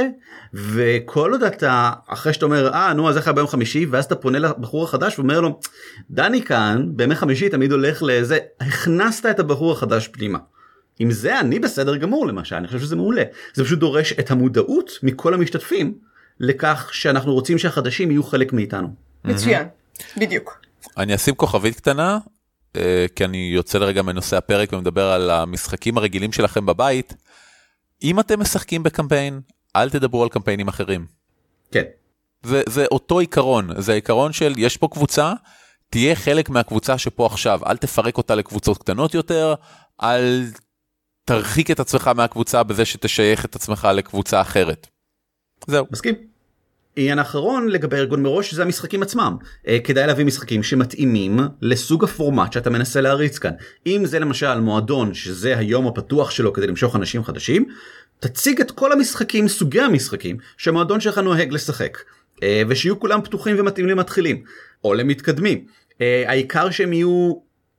וכל עוד אתה, אחרי שאתה אומר, אה, נו, אז איך היה ביום חמישי, ואז אתה פונה לבחור החדש ואומר לו, דני כאן, בימי חמישי תמיד הולך לזה, הכנסת את הבחור החדש פנימה. עם זה אני בסדר גמור למשל, אני חושב שזה מעולה. זה פשוט דורש את המודעות מכל המשתתפים, לכך שאנחנו רוצים שהחדשים יהיו חלק מאיתנו. מצוין, בדיוק. אני אשים כוכבית קטנה, כי אני יוצא לרגע מנושא הפרק ומדבר על המשחקים הרגילים שלכם בבית. אם אתם משחקים בקמפיין, אל תדברו על קמפיינים אחרים. כן. זה, זה אותו עיקרון, זה העיקרון של יש פה קבוצה, תהיה חלק מהקבוצה שפה עכשיו, אל תפרק אותה לקבוצות קטנות יותר, אל תרחיק את עצמך מהקבוצה בזה שתשייך את עצמך לקבוצה אחרת. זהו. מסכים. עניין האחרון לגבי ארגון מראש זה המשחקים עצמם. כדאי להביא משחקים שמתאימים לסוג הפורמט שאתה מנסה להריץ כאן. אם זה למשל מועדון שזה היום הפתוח שלו כדי למשוך אנשים חדשים, תציג את כל המשחקים, סוגי המשחקים שהמועדון שלך נוהג לשחק, ושיהיו כולם פתוחים ומתאימים למתחילים או למתקדמים. העיקר שהם יהיו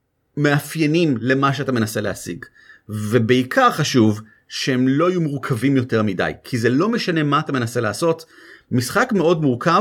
מאפיינים למה שאתה מנסה להשיג, ובעיקר חשוב שהם לא יהיו מורכבים יותר מדי, כי זה לא משנה מה אתה מנסה לעשות. משחק מאוד מורכב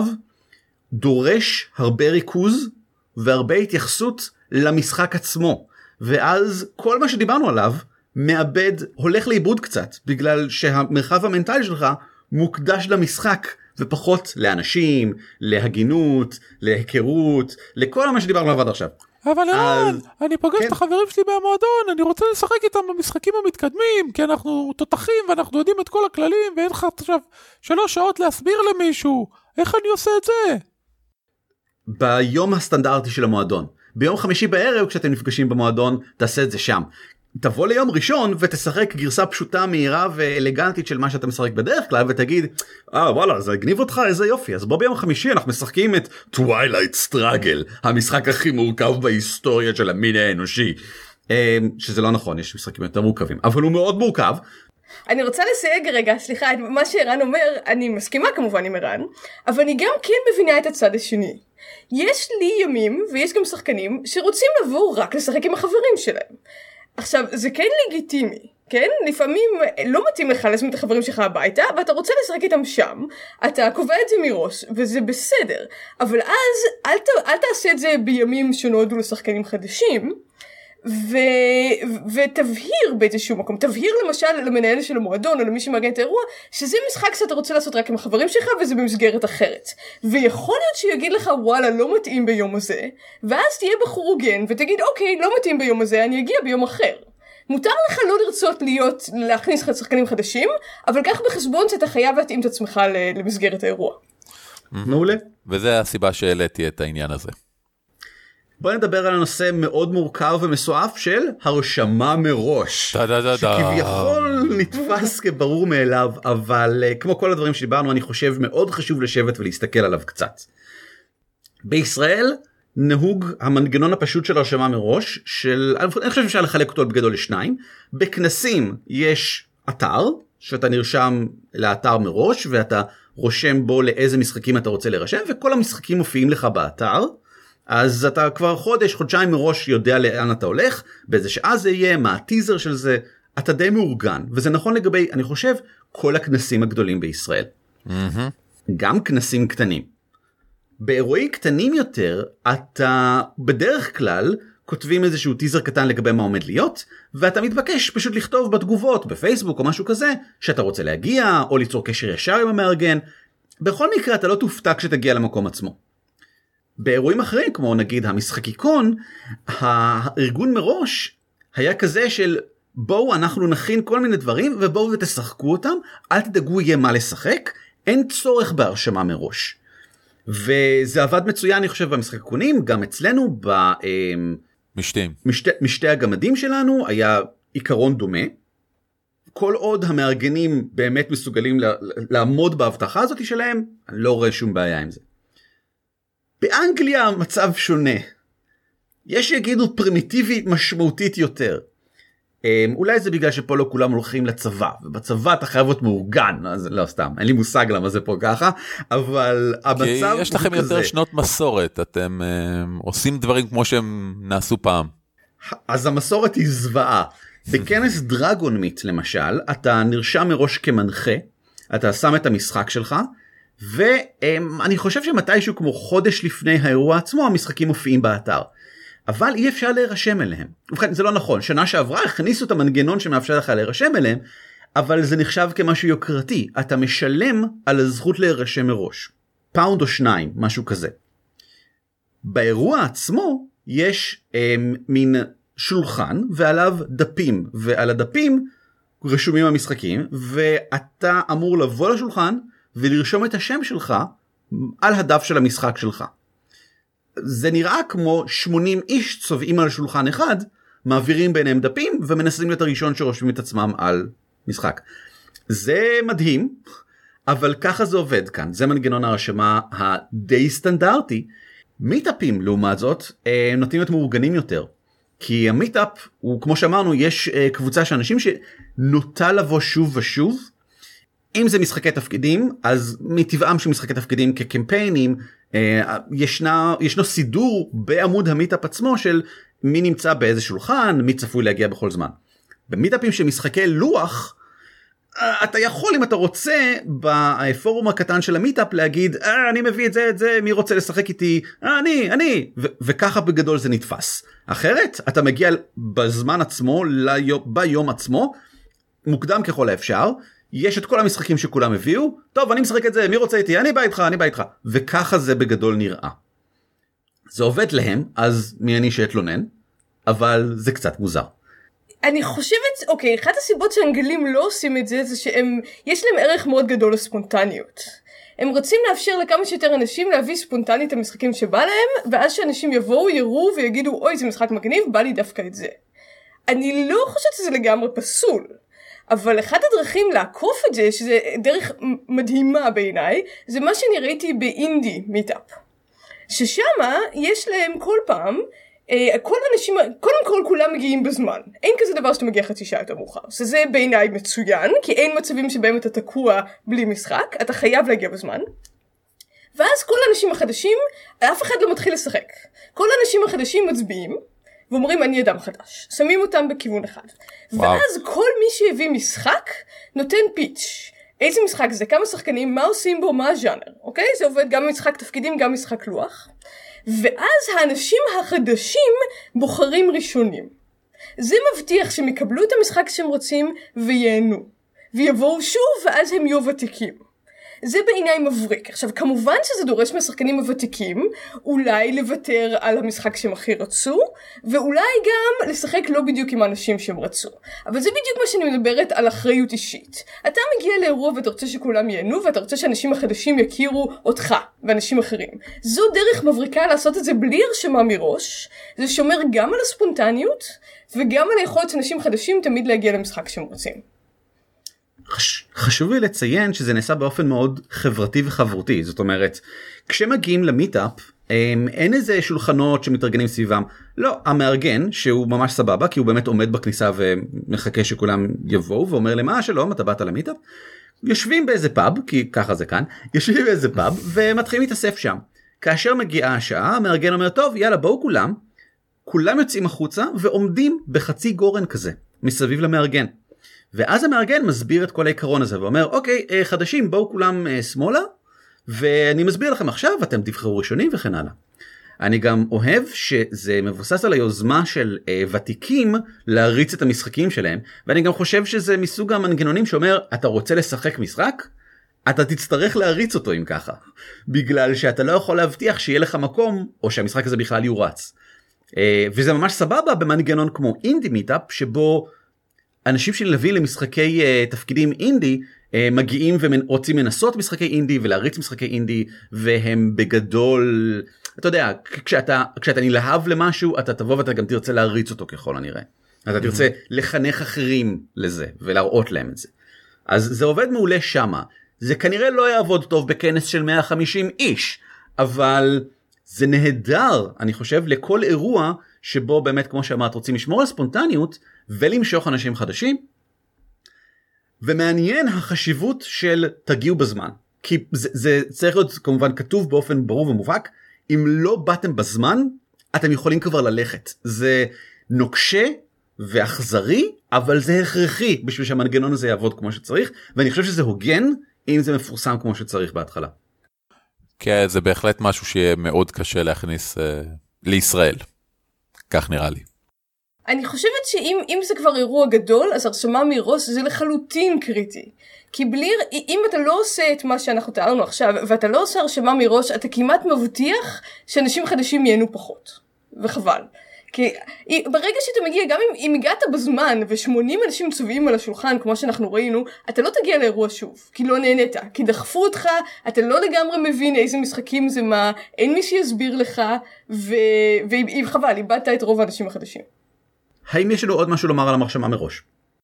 דורש הרבה ריכוז והרבה התייחסות למשחק עצמו, ואז כל מה שדיברנו עליו מאבד, הולך לאיבוד קצת, בגלל שהמרחב המנטלי שלך מוקדש למשחק ופחות לאנשים, להגינות, להיכרות, לכל מה שדיברנו עליו עד עכשיו. אבל ערן, אני פוגש את החברים שלי מהמועדון, אני רוצה לשחק איתם במשחקים המתקדמים, כי אנחנו תותחים ואנחנו יודעים את כל הכללים, ואין לך עכשיו שלוש שעות להסביר למישהו, איך אני עושה את זה? ביום הסטנדרטי של המועדון, ביום חמישי בערב כשאתם נפגשים במועדון, תעשה את זה שם. תבוא ליום ראשון ותשחק גרסה פשוטה, מהירה ואלגנטית של מה שאתה משחק בדרך כלל, ותגיד, אה וואלה, זה הגניב אותך, איזה יופי, אז בוא ביום חמישי אנחנו משחקים את Twilight Struggle, המשחק הכי מורכב בהיסטוריה של המין האנושי. שזה לא נכון, יש משחקים יותר מורכבים, אבל הוא מאוד מורכב. אני רוצה לסייג רגע, סליחה, מה שערן אומר, אני מסכימה כמובן עם ערן, אבל אני גם כן מבינה את הצד השני. יש לי ימים, ויש גם שחקנים, שרוצים לבוא רק לשחק עם החברים שלהם. עכשיו, זה כן לגיטימי, כן? לפעמים לא מתאים לך להזמין את החברים שלך הביתה, ואתה רוצה לשחק איתם שם, אתה קובע את זה מראש, וזה בסדר. אבל אז, אל, ת, אל תעשה את זה בימים שנועדו לשחקנים חדשים, ו... ותבהיר באיזשהו מקום, תבהיר למשל למנהל של המועדון, או למי שמארגן את האירוע, שזה משחק שאתה רוצה לעשות רק עם החברים שלך, וזה במסגרת אחרת. ויכול להיות שיגיד לך, וואלה, לא מתאים ביום הזה, ואז תהיה בחור הוגן, ותגיד, אוקיי, לא מתאים ביום הזה, אני אגיע ביום אחר. מותר לך לא לרצות להיות, להכניס לך שחקנים חדשים, אבל כך בחשבון שאתה חייב להתאים את עצמך למסגרת האירוע. מעולה. וזה הסיבה שהעליתי את העניין הזה. בוא נדבר על הנושא מאוד מורכב ומסועף של הרשמה מראש. דה דה דה דה. שכביכול נתפס כברור מאליו, אבל כמו כל הדברים שדיברנו, אני חושב מאוד חשוב לשבת ולהסתכל עליו קצת. בישראל נהוג המנגנון הפשוט של הרשמה מראש, של, אני חושב שאפשר לחלק אותו בגדול לשניים. בכנסים יש אתר, שאתה נרשם לאתר מראש, ואתה רושם בו לאיזה משחקים אתה רוצה להירשם, וכל המשחקים מופיעים לך באתר, אז אתה כבר חודש, חודשיים מראש יודע לאן אתה הולך, באיזה שעה זה יהיה, מה הטיזר של זה, אתה די מאורגן, וזה נכון לגבי, אני חושב, כל הכנסים הגדולים בישראל. Mm-hmm. גם כנסים קטנים. באירועים קטנים יותר, אתה בדרך כלל כותבים איזשהו טיזר קטן לגבי מה עומד להיות, ואתה מתבקש פשוט לכתוב בתגובות, בפייסבוק או משהו כזה, שאתה רוצה להגיע, או ליצור קשר ישר עם המארגן. בכל מקרה אתה לא תופתע כשתגיע למקום עצמו. באירועים אחרים, כמו נגיד המשחקיקון, הארגון מראש היה כזה של בואו אנחנו נכין כל מיני דברים, ובואו ותשחקו אותם, אל תדאגו יהיה מה לשחק, אין צורך בהרשמה מראש. וזה עבד מצוין, אני חושב, במשחקיקונים, גם אצלנו, משתים. משתי, משתי הגמדים שלנו, היה עיקרון דומה. כל עוד המארגנים באמת מסוגלים לעמוד בהבטחה הזאת שלהם, אני לא רואה שום בעיה עם זה. באנגליה המצב שונה. יש שיגידו פרימיטיבית משמעותית יותר. אולי זה בגלל שפה לא כולם הולכים לצבא, ובצבא אתה חייב להיות מאורגן, אז לא סתם, אין לי מושג למה זה פה ככה, אבל המצב הוא כזה. כי יש לכם יותר שנות מסורת, אתם uh, עושים דברים כמו שהם נעשו פעם. אז המסורת היא זוועה. בכנס דרגון מיט למשל, אתה נרשם מראש כמנחה, אתה שם את המשחק שלך, ואני חושב שמתישהו כמו חודש לפני האירוע עצמו, המשחקים מופיעים באתר. אבל אי אפשר להירשם אליהם. ובכן, זה לא נכון. שנה שעברה הכניסו את המנגנון שמאפשר לך להירשם אליהם, אבל זה נחשב כמשהו יוקרתי. אתה משלם על הזכות להירשם מראש. פאונד או שניים, משהו כזה. באירוע עצמו יש אה, מין שולחן ועליו דפים, ועל הדפים רשומים המשחקים, ואתה אמור לבוא לשולחן ולרשום את השם שלך על הדף של המשחק שלך. זה נראה כמו שמונים איש צובעים על שולחן אחד, מעבירים ביניהם דפים ומנסים להיות הראשון שרושמים את עצמם על משחק. זה מדהים, אבל ככה זה עובד כאן. זה מנגנון הרשמה הדי סטנדרטי. מיטאפים לעומת זאת נוטים להיות מאורגנים יותר. כי המיטאפ הוא, כמו שאמרנו, יש קבוצה של אנשים שנוטה לבוא שוב ושוב. אם זה משחקי תפקידים, אז מטבעם של משחקי תפקידים כקמפיינים, ישנה, ישנו סידור בעמוד המיטאפ עצמו של מי נמצא באיזה שולחן, מי צפוי להגיע בכל זמן. במיטאפים של משחקי לוח, אתה יכול אם אתה רוצה בפורום הקטן של המיטאפ להגיד, אה, אני מביא את זה, את זה, מי רוצה לשחק איתי, אה, אני, אני, ו- וככה בגדול זה נתפס. אחרת, אתה מגיע בזמן עצמו, ליום, ביום עצמו, מוקדם ככל האפשר, יש את כל המשחקים שכולם הביאו, טוב אני משחק את זה, מי רוצה איתי, אני בא איתך, אני בא איתך, וככה זה בגדול נראה. זה עובד להם, אז מי אני שאתלונן, אבל זה קצת מוזר. אני חושבת, אוקיי, אחת הסיבות שהאנגלים לא עושים את זה, זה שהם, יש להם ערך מאוד גדול לספונטניות. הם רוצים לאפשר לכמה שיותר אנשים להביא ספונטנית את המשחקים שבא להם, ואז שאנשים יבואו, יראו ויגידו, אוי זה משחק מגניב, בא לי דווקא את זה. אני לא חושבת שזה לגמרי פסול. אבל אחד הדרכים לעקוף את זה, שזה דרך מדהימה בעיניי, זה מה שאני ראיתי באינדי מיטאפ. ששמה יש להם כל פעם, כל אנשים, קודם כל כולם מגיעים בזמן. אין כזה דבר שאתה מגיע חצי שעה יותר מאוחר. שזה בעיניי מצוין, כי אין מצבים שבהם אתה תקוע בלי משחק, אתה חייב להגיע בזמן. ואז כל האנשים החדשים, אף אחד לא מתחיל לשחק. כל האנשים החדשים מצביעים, ואומרים אני אדם חדש. שמים אותם בכיוון אחד. וואו. ואז כל מי שהביא משחק נותן פיץ'. איזה משחק זה? כמה שחקנים? מה עושים בו? מה הז'אנר? אוקיי? זה עובד גם משחק תפקידים, גם משחק לוח. ואז האנשים החדשים בוחרים ראשונים. זה מבטיח שהם יקבלו את המשחק שהם רוצים ויהנו. ויבואו שוב ואז הם יהיו ותיקים. זה בעיניי מבריק. עכשיו, כמובן שזה דורש משחקנים הוותיקים, אולי לוותר על המשחק שהם הכי רצו, ואולי גם לשחק לא בדיוק עם האנשים שהם רצו. אבל זה בדיוק מה שאני מדברת על אחריות אישית. אתה מגיע לאירוע ואתה רוצה שכולם ייהנו, ואתה רוצה שאנשים החדשים יכירו אותך ואנשים אחרים. זו דרך מבריקה לעשות את זה בלי הרשמה מראש. זה שומר גם על הספונטניות, וגם על היכולת של אנשים חדשים תמיד להגיע למשחק שהם רוצים. חש... חשוב לי לציין שזה נעשה באופן מאוד חברתי וחברותי. זאת אומרת, כשמגיעים למיטאפ, אין איזה שולחנות שמתארגנים סביבם. לא, המארגן, שהוא ממש סבבה, כי הוא באמת עומד בכניסה ומחכה שכולם יבואו, ואומר להם, אה, שלום, אתה באת למיטאפ? יושבים באיזה פאב, כי ככה זה כאן, יושבים באיזה פאב, ומתחילים להתאסף שם. כאשר מגיעה השעה, המארגן אומר, טוב, יאללה, בואו כולם. כולם יוצאים החוצה, ועומדים בחצי גורן כזה, מסביב למארגן. ואז המארגן מסביר את כל העיקרון הזה, ואומר, אוקיי, חדשים, בואו כולם שמאלה, ואני מסביר לכם עכשיו, אתם תבחרו ראשונים וכן הלאה. אני גם אוהב שזה מבוסס על היוזמה של אה, ותיקים להריץ את המשחקים שלהם, ואני גם חושב שזה מסוג המנגנונים שאומר, אתה רוצה לשחק משחק? אתה תצטרך להריץ אותו אם ככה, בגלל שאתה לא יכול להבטיח שיהיה לך מקום, או שהמשחק הזה בכלל יורץ. אה, וזה ממש סבבה במנגנון כמו אינדי מיטאפ, שבו אנשים שנלווים למשחקי uh, תפקידים אינדי, uh, מגיעים ורוצים לנסות משחקי אינדי ולהריץ משחקי אינדי, והם בגדול, אתה יודע, כשאתה, כשאתה נלהב למשהו, אתה תבוא ואתה גם תרצה להריץ אותו ככל הנראה. אז אתה תרצה לחנך אחרים לזה, ולהראות להם את זה. אז זה עובד מעולה שמה. זה כנראה לא יעבוד טוב בכנס של מאה וחמישים איש, אבל זה נהדר, אני חושב, לכל אירוע שבו באמת, כמו שאמרת, רוצים לשמור על ספונטניות, ולמשוך אנשים חדשים. ומעניין החשיבות של תגיעו בזמן. כי זה, זה צריך להיות כמובן כתוב באופן ברור ומובהק, אם לא באתם בזמן, אתם יכולים כבר ללכת. זה נוקשה ואכזרי, אבל זה הכרחי בשביל שהמנגנון הזה יעבוד כמו שצריך, ואני חושב שזה הוגן אם זה מפורסם כמו שצריך בהתחלה. כן, זה בהחלט משהו שיהיה מאוד קשה להכניס אה, לישראל. כך נראה לי. אני חושבת שאם אם זה כבר אירוע גדול, אז הרשמה מראש זה לחלוטין קריטי. כי בלי, אם אתה לא עושה את מה שאנחנו תיארנו עכשיו, ואתה לא עושה הרשמה מראש, אתה כמעט מבטיח שאנשים חדשים ייהנו פחות. וחבל. כי ברגע שאתה מגיע, גם אם, אם הגעת בזמן, ו-שמונים אנשים צובעים על השולחן, כמו שאנחנו ראינו, אתה לא תגיע לאירוע שוב. כי לא נהנית. כי דחפו אותך, אתה לא לגמרי מבין איזה משחקים זה מה, אין מי שיסביר לך, ו... וחבל, איבדת את רוב האנשים החדשים. האם יש לנו עוד משהו לומר על המרשמה מראש?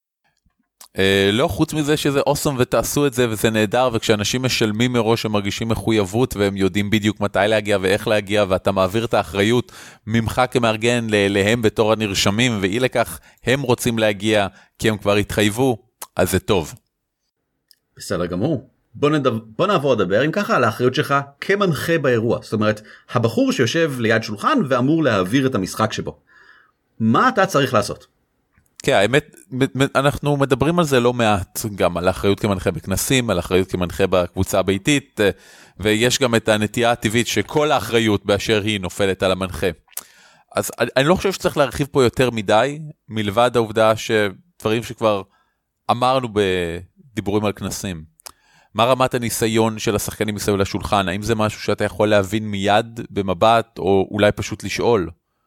לא, חוץ מזה שזה אוסום ותעשו את זה וזה נהדר, וכשאנשים משלמים מראש הם מרגישים מחויבות והם יודעים בדיוק מתי להגיע ואיך להגיע, ואתה מעביר את האחריות ממך כמארגן להם בתור הנרשמים, ואי לכך הם רוצים להגיע כי הם כבר התחייבו, אז זה טוב. בסדר גמור. בוא, נדבר, בוא נעבור לדבר אם ככה על האחריות שלך כמנחה באירוע. זאת אומרת, הבחור שיושב ליד שולחן ואמור להעביר את המשחק שבו. מה אתה צריך לעשות? כן, האמת, אנחנו מדברים על זה לא מעט, גם על האחריות כמנחה בכנסים, על האחריות כמנחה בקבוצה הביתית, ויש גם את הנטייה הטבעית שכל האחריות באשר היא נופלת על המנחה. אז אני לא חושב שצריך להרחיב פה יותר מדי, מלבד העובדה שדברים שכבר אמרנו בדיבורים על כנסים. מה רמת הניסיון של השחקנים מסביב לשולחן? האם זה משהו שאתה יכול להבין מיד במבט, או אולי פשוט לשאול?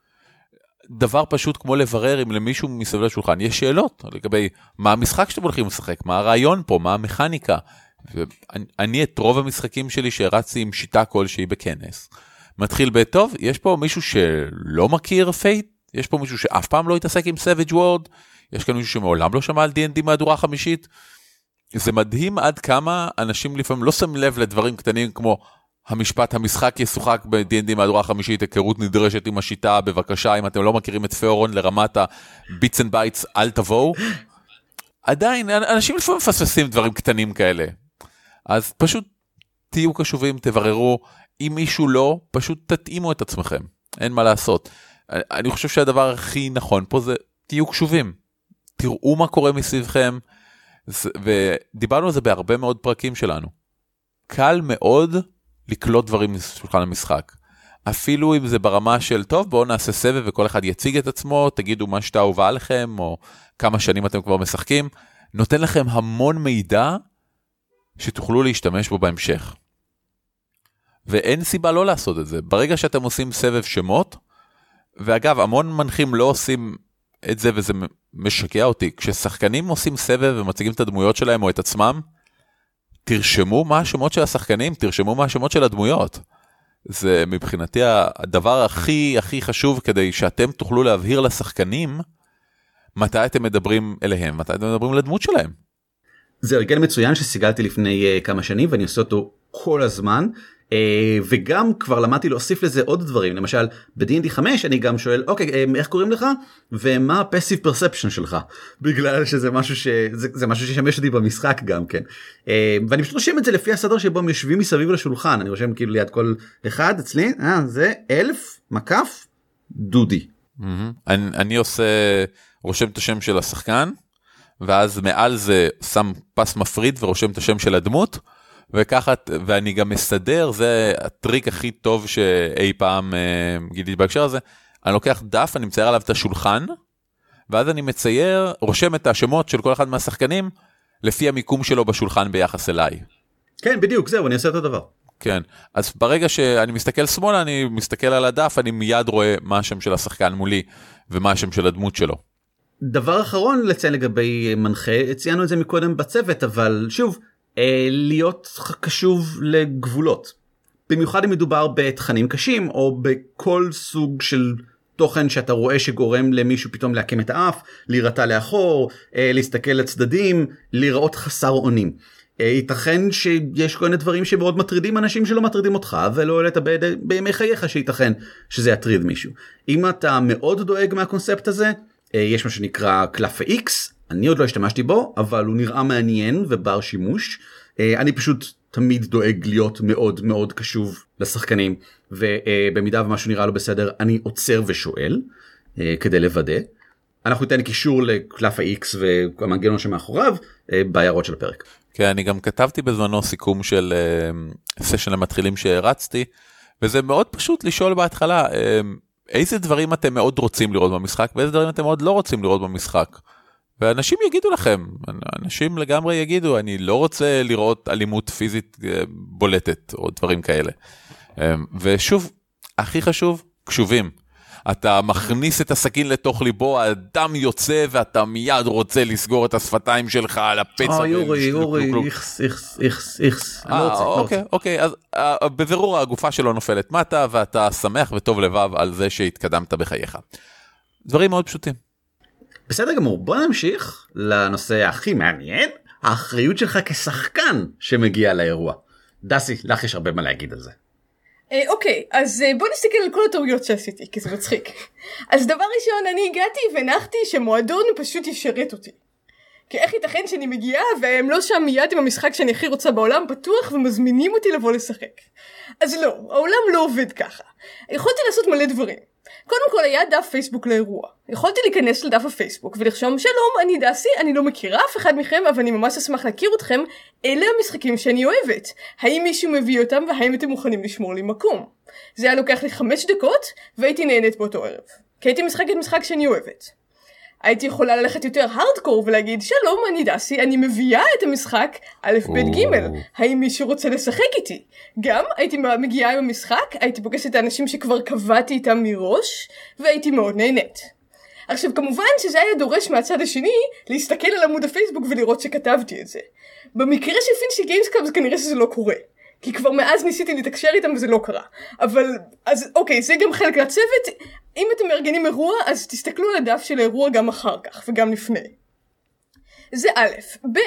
דבר פשוט כמו לברר אם למישהו מסביב לשולחן יש שאלות לגבי מה המשחק שאתם הולכים לשחק, מה הרעיון פה, מה המכניקה. אני את רוב המשחקים שלי שהרצתי עם שיטה כלשהי בכנס, מתחיל בטוב, יש פה מישהו שלא מכיר פייט, יש פה מישהו שאף פעם לא התעסק עם Savage World, יש כאן מישהו שמעולם לא שמע על די אנד די מהדורה חמישית. זה מדהים עד כמה אנשים לפעמים לא שמים לב לדברים קטנים כמו המשפט, המשחק ישוחק ב-די אנד די מהדורה חמישית, היכרות נדרשת עם השיטה, בבקשה, אם אתם לא מכירים את פאורון לרמת הביטס אנד בייטס, אל תבואו. עדיין, אנשים לפעמים מפספסים דברים קטנים כאלה. אז פשוט תהיו קשובים, תבררו, אם מישהו לא, פשוט תתאימו את עצמכם. אין מה לעשות. אני חושב שהדבר הכי נכון פה זה, תהיו קשובים. תראו מה קורה מסביבכם, ודיברנו על זה בהרבה מאוד פרקים שלנו. קל מאוד לקלוט דברים משולחן המשחק. אפילו אם זה ברמה של, טוב, בואו נעשה סבב וכל אחד יציג את עצמו, תגידו מה שאתה אהובה עליכם, או כמה שנים אתם כבר משחקים, נותן לכם המון מידע שתוכלו להשתמש בו בהמשך. ואין סיבה לא לעשות את זה. ברגע שאתם עושים סבב שמות, ואגב, המון מנחים לא עושים את זה, וזה משקע אותי. כששחקנים עושים סבב ומציגים את הדמויות שלהם או את עצמם, תרשמו מה השמות של השחקנים, תרשמו מה השמות של הדמויות. זה מבחינתי הדבר הכי הכי חשוב, כדי שאתם תוכלו להבהיר לשחקנים, מתי אתם מדברים אליהם, מתי אתם מדברים לדמות שלהם. זה הרגל מצוין שסיגלתי לפני uh, כמה שנים, ואני עושה אותו כל הזמן, uh, וגם כבר למדתי להוסיף לזה עוד דברים. למשל, ב-די אנד די חמש אני גם שואל, אוקיי, uh, איך קוראים לך? ומה ה-passive perception שלך? בגלל שזה משהו ש... זה, זה משהו ששמש אותי במשחק גם כן. Uh, ואני פשוט רושם את זה לפי הסדר שבו הם יושבים מסביב לשולחן. אני רושם כאילו ליד כל אחד אצלי, אה, זה אלף, מקף, דודי. Mm-hmm. אני, אני עושה, רושם את השם של השחקן, ואז מעל זה שם פס מפריד ורושם את השם של הדמות, וככה, ואני גם מסדר, זה הטריק הכי טוב שאי פעם אה, גיליתי בהקשר הזה, אני לוקח דף, אני מצייר עליו את השולחן, ואז אני מצייר, רושם את השמות של כל אחד מהשחקנים, לפי המיקום שלו בשולחן ביחס אליי. כן, בדיוק, זהו, אני עושה את הדבר. כן, אז ברגע שאני מסתכל שמאלה, אני מסתכל על הדף, אני מיד רואה מה השם של השחקן מולי, ומה השם של הדמות שלו. דבר אחרון לציין לגבי מנחה, ציינו את זה מקודם בצוות, אבל שוב, אה, להיות קשוב לגבולות. במיוחד אם מדובר בתכנים קשים, או בכל סוג של תוכן שאתה רואה שגורם למישהו פתאום להקים את האף, להירתע לאחור, אה, להסתכל לצדדים, להיראות חסר אונים. אה, ייתכן שיש כל מיני דברים שמאוד מטרידים אנשים שלא מטרידים אותך, ולא עלית בימי חייך שייתכן שזה יטריד מישהו. אם אתה מאוד דואג מהקונספט הזה, יש מה שנקרא קלף ה-X, אני עוד לא השתמשתי בו, אבל הוא נראה מעניין ובר שימוש. אני פשוט תמיד דואג להיות מאוד מאוד קשוב לשחקנים, ובמידה ומשהו נראה לו בסדר, אני עוצר ושואל, כדי לוודא. אנחנו ניתן קישור לקלף ה-X והמנגנון שמאחוריו, בהערות של הפרק. כן, אני גם כתבתי בזמנו סיכום של סשן למתחילים שהרצתי, וזה מאוד פשוט לשאול בהתחלה, איזה דברים אתם מאוד רוצים לראות במשחק, ואיזה דברים אתם מאוד לא רוצים לראות במשחק. ואנשים יגידו לכם, אנשים לגמרי יגידו, אני לא רוצה לראות אלימות פיזית בולטת, או דברים כאלה. ושוב, הכי חשוב, קשובים. אתה מכניס את הסכין לתוך ליבו, האדם יוצא, ואתה מיד רוצה לסגור את השפתיים שלך על הפצע. אוי, יורי, יורי, איכס, איכס, איכס, איכס. אוקיי, אוקיי, אז בבירור הגופה שלו נופלת מטה, ואתה שמח וטוב לבב על זה שהתקדמת בחייך. דברים מאוד פשוטים. בסדר גמור, בוא נמשיך לנושא הכי מעניין, האחריות שלך כשחקן שמגיע לאירוע. דסי, לך יש הרבה מה להגיד על זה. אוקיי, אז בוא נסתכל על כל הטעויות שעשיתי, כי זה מצחיק. אז דבר ראשון, אני הגעתי ונחתי שמועדון פשוט ישרת אותי. כי איך ייתכן שאני מגיעה והם לא שם מיד עם המשחק שאני הכי רוצה בעולם פתוח ומזמינים אותי לבוא לשחק. אז לא, העולם לא עובד ככה. יכולתי לעשות מלא דברים. קודם כל היה דף פייסבוק לאירוע. יכולתי להיכנס לדף הפייסבוק ולרשום שלום, אני דסי, אני לא מכירה אף אחד מכם, אבל אני ממש אשמח להכיר אתכם. אלה המשחקים שאני אוהבת. האם מישהו מביא אותם והאם אתם מוכנים לשמור לי מקום? זה היה לוקח לי חמש דקות והייתי נהנית באותו ערב. כי הייתי משחקת משחק שאני אוהבת. הייתי יכולה ללכת יותר הארדקור ולהגיד שלום, אני דסי, אני מביאה את המשחק א' ב' ג' האם מישהו רוצה לשחק איתי? גם הייתי מגיעה עם המשחק, הייתי פוגשת את האנשים שכבר קבעתי איתם מראש והייתי מאוד נהנית. עכשיו כמובן שזה היה דורש מהצד השני להסתכל על עמוד הפייסבוק ולראות שכתבתי את זה. במקרה של פינישי גיימסקאפ זה כנראה שזה לא קורה. כי כבר מאז ניסיתי לתקשר איתם וזה לא קרה. אבל, אז אוקיי, זה גם חלק מהצוות. אם אתם מארגנים אירוע, אז תסתכלו על הדף של האירוע גם אחר כך, וגם לפני. זה א', ב',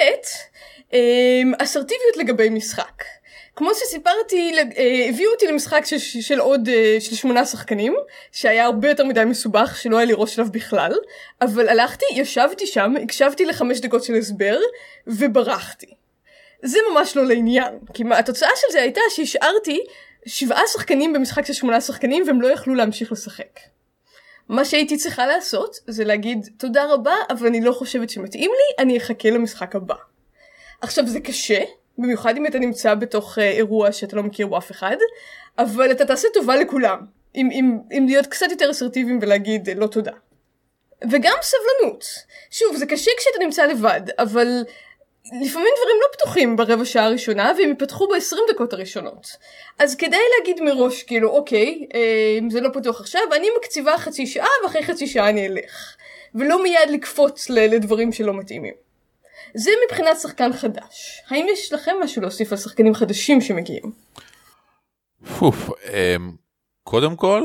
אסרטיביות לגבי משחק. כמו שסיפרתי, הביאו אותי למשחק של, של עוד, של שמונה שחקנים, שהיה הרבה יותר מדי מסובך, שלא היה לי ראש עליו בכלל, אבל הלכתי, ישבתי שם, הקשבתי לחמש דקות של הסבר, וברחתי. זה ממש לא לעניין, כי התוצאה של זה הייתה שהשארתי שבעה שחקנים במשחק של שמונה שחקנים, והם לא יכלו להמשיך לשחק. מה שהייתי צריכה לעשות, זה להגיד תודה רבה, אבל אני לא חושבת שמתאים לי, אני אחכה למשחק הבא. עכשיו זה קשה, במיוחד אם אתה נמצא בתוך אירוע שאתה לא מכיר בו אף אחד, אבל אתה תעשה טובה לכולם, אם, אם, אם להיות קצת יותר אסרטיביים ולהגיד לא תודה. וגם סבלנות. שוב, זה קשה כשאתה נמצא לבד, אבל לפעמים דברים לא פתוחים ברבע שעה הראשונה, והם יפתחו ב-עשרים דקות הראשונות. אז כדאי להגיד מראש, כאילו, אוקיי, אם זה לא פתוח עכשיו, אני מקציבה חצי שעה, ואחרי חצי שעה אני אלך. ולא מיד לקפוץ לדברים שלא מתאימים. זה מבחינת שחקן חדש. האם יש לכם משהו להוסיף על שחקנים חדשים שמגיעים? פוף, קודם כל,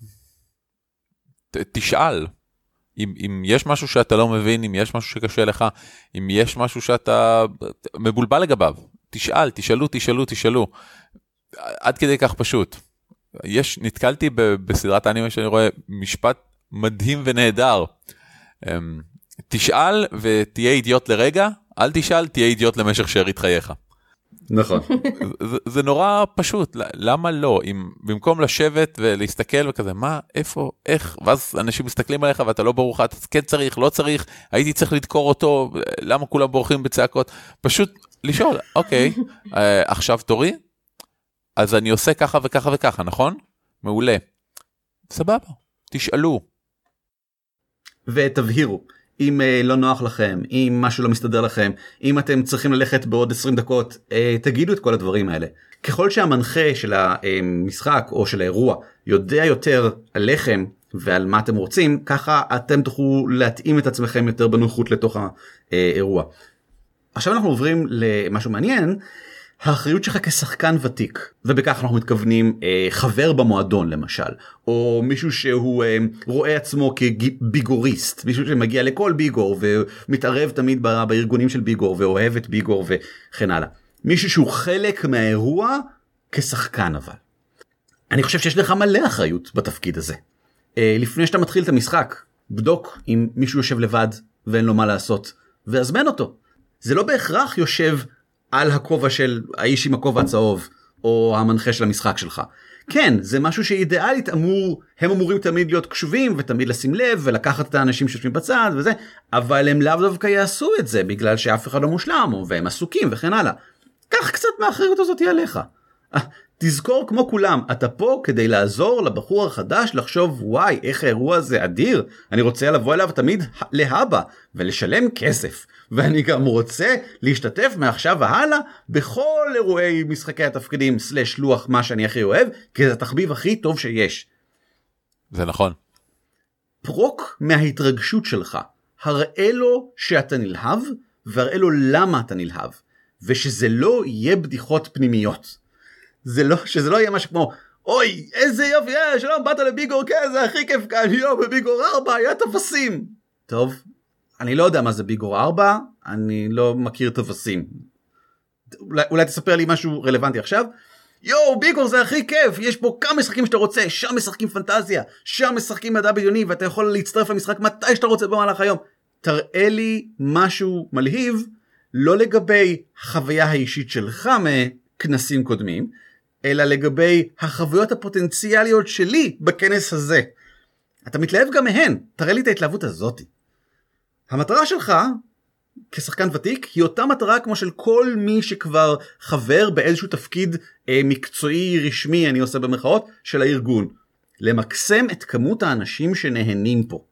תשאל. אם, אם יש משהו שאתה לא מבין, אם יש משהו שקשה לך, אם יש משהו שאתה מבולבל לגביו, תשאל, תשאלו, תשאלו, תשאלו. עד כדי כך פשוט. יש, נתקלתי ב, בסדרת האנימה שאני רואה משפט מדהים ונהדר. תשאל ותהיה אידיוט לרגע, אל תשאל, תהיה אידיוט למשך שארית חייך. נכון. זה, זה נורא פשוט, למה לא? אם במקום לשבת ולהסתכל וכזה, מה, איפה, איך, ואז אנשים מסתכלים עליך ואתה לא ברוך, אתה כן צריך, לא צריך, הייתי צריך לדקור אותו, למה כולם בורחים בצעקות? פשוט לשאול, אוקיי, עכשיו תורי, אז אני עושה ככה וככה וככה, נכון? מעולה. סבבה, תשאלו. ותבהירו. אם uh, לא נוח לכם, אם משהו לא מסתדר לכם, אם אתם צריכים ללכת בעוד עשרים דקות, uh, תגידו את כל הדברים האלה. ככל שהמנחה של המשחק או של האירוע יודע יותר עליכם ועל מה אתם רוצים, ככה אתם תוכלו להתאים את עצמכם יותר בנוחות לתוך האירוע. עכשיו אנחנו עוברים למשהו מעניין, האחריות שלך כשחקן ותיק, ובכך אנחנו מתכוונים אה, חבר במועדון למשל, או מישהו שהוא אה, רואה עצמו כביגוריסט, מישהו שמגיע לכל ביגור ומתערב תמיד בארגונים של ביגור ואוהב את ביגור וכן הלאה. מישהו שהוא חלק מהאירוע כשחקן אבל. אני חושב שיש לך מלא אחריות בתפקיד הזה. אה, לפני שאתה מתחיל את המשחק, בדוק אם מישהו יושב לבד ואין לו מה לעשות, והזמן אותו. זה לא בהכרח יושב על הכובע של האיש עם הכובע הצהוב, או המנחה של המשחק שלך. כן, זה משהו שאידיאלית אמור, הם אמורים תמיד להיות קשובים, ותמיד לשים לב, ולקחת את האנשים שיושבים בצד וזה, אבל הם לאו דווקא יעשו את זה, בגלל שאף אחד לא מושלם, והם עסוקים וכן הלאה. קח קצת מהאחריות הזאת עליך. תזכור כמו כולם, אתה פה כדי לעזור לבחור החדש לחשוב, וואי, איך האירוע הזה אדיר, אני רוצה לבוא אליו תמיד להבא, ולשלם כסף. ואני גם רוצה להשתתף מעכשיו והלאה בכל אירועי משחקי התפקידים סלש לוח מה שאני הכי אוהב, כי זה התחביב הכי טוב שיש. זה נכון. פרוק מההתרגשות שלך, הראה לו שאתה נלהב, והראה לו למה אתה נלהב, ושזה לא יהיה בדיחות פנימיות. זה לא, שזה לא יהיה משהו כמו, אוי, איזה יופי, אה, שלום, באת לביגור, כן, זה הכי כיף כאן, יום, בביגור ארבע, היה תפסים. טוב. אני לא יודע מה זה ביגור ארבע, אני לא מכיר תפסים. אולי, אולי תספר לי משהו רלוונטי עכשיו. יואו, ביגור זה הכי כיף, יש פה כמה משחקים שאתה רוצה, שם משחקים פנטזיה, שם משחקים מדע בדיוני, ואתה יכול להצטרף למשחק מתי שאתה רוצה במהלך היום. תראה לי משהו מלהיב, לא לגבי החוויה האישית שלך מכנסים קודמים, אלא לגבי החוויות הפוטנציאליות שלי בכנס הזה. אתה מתלהב גם מהן, תראה לי את ההתלהבות הזאת. המטרה שלך, כשחקן ותיק, היא אותה מטרה כמו של כל מי שכבר חבר באיזשהו תפקיד אה, מקצועי רשמי, אני עושה במרכאות, של הארגון. למקסם את כמות האנשים שנהנים פה.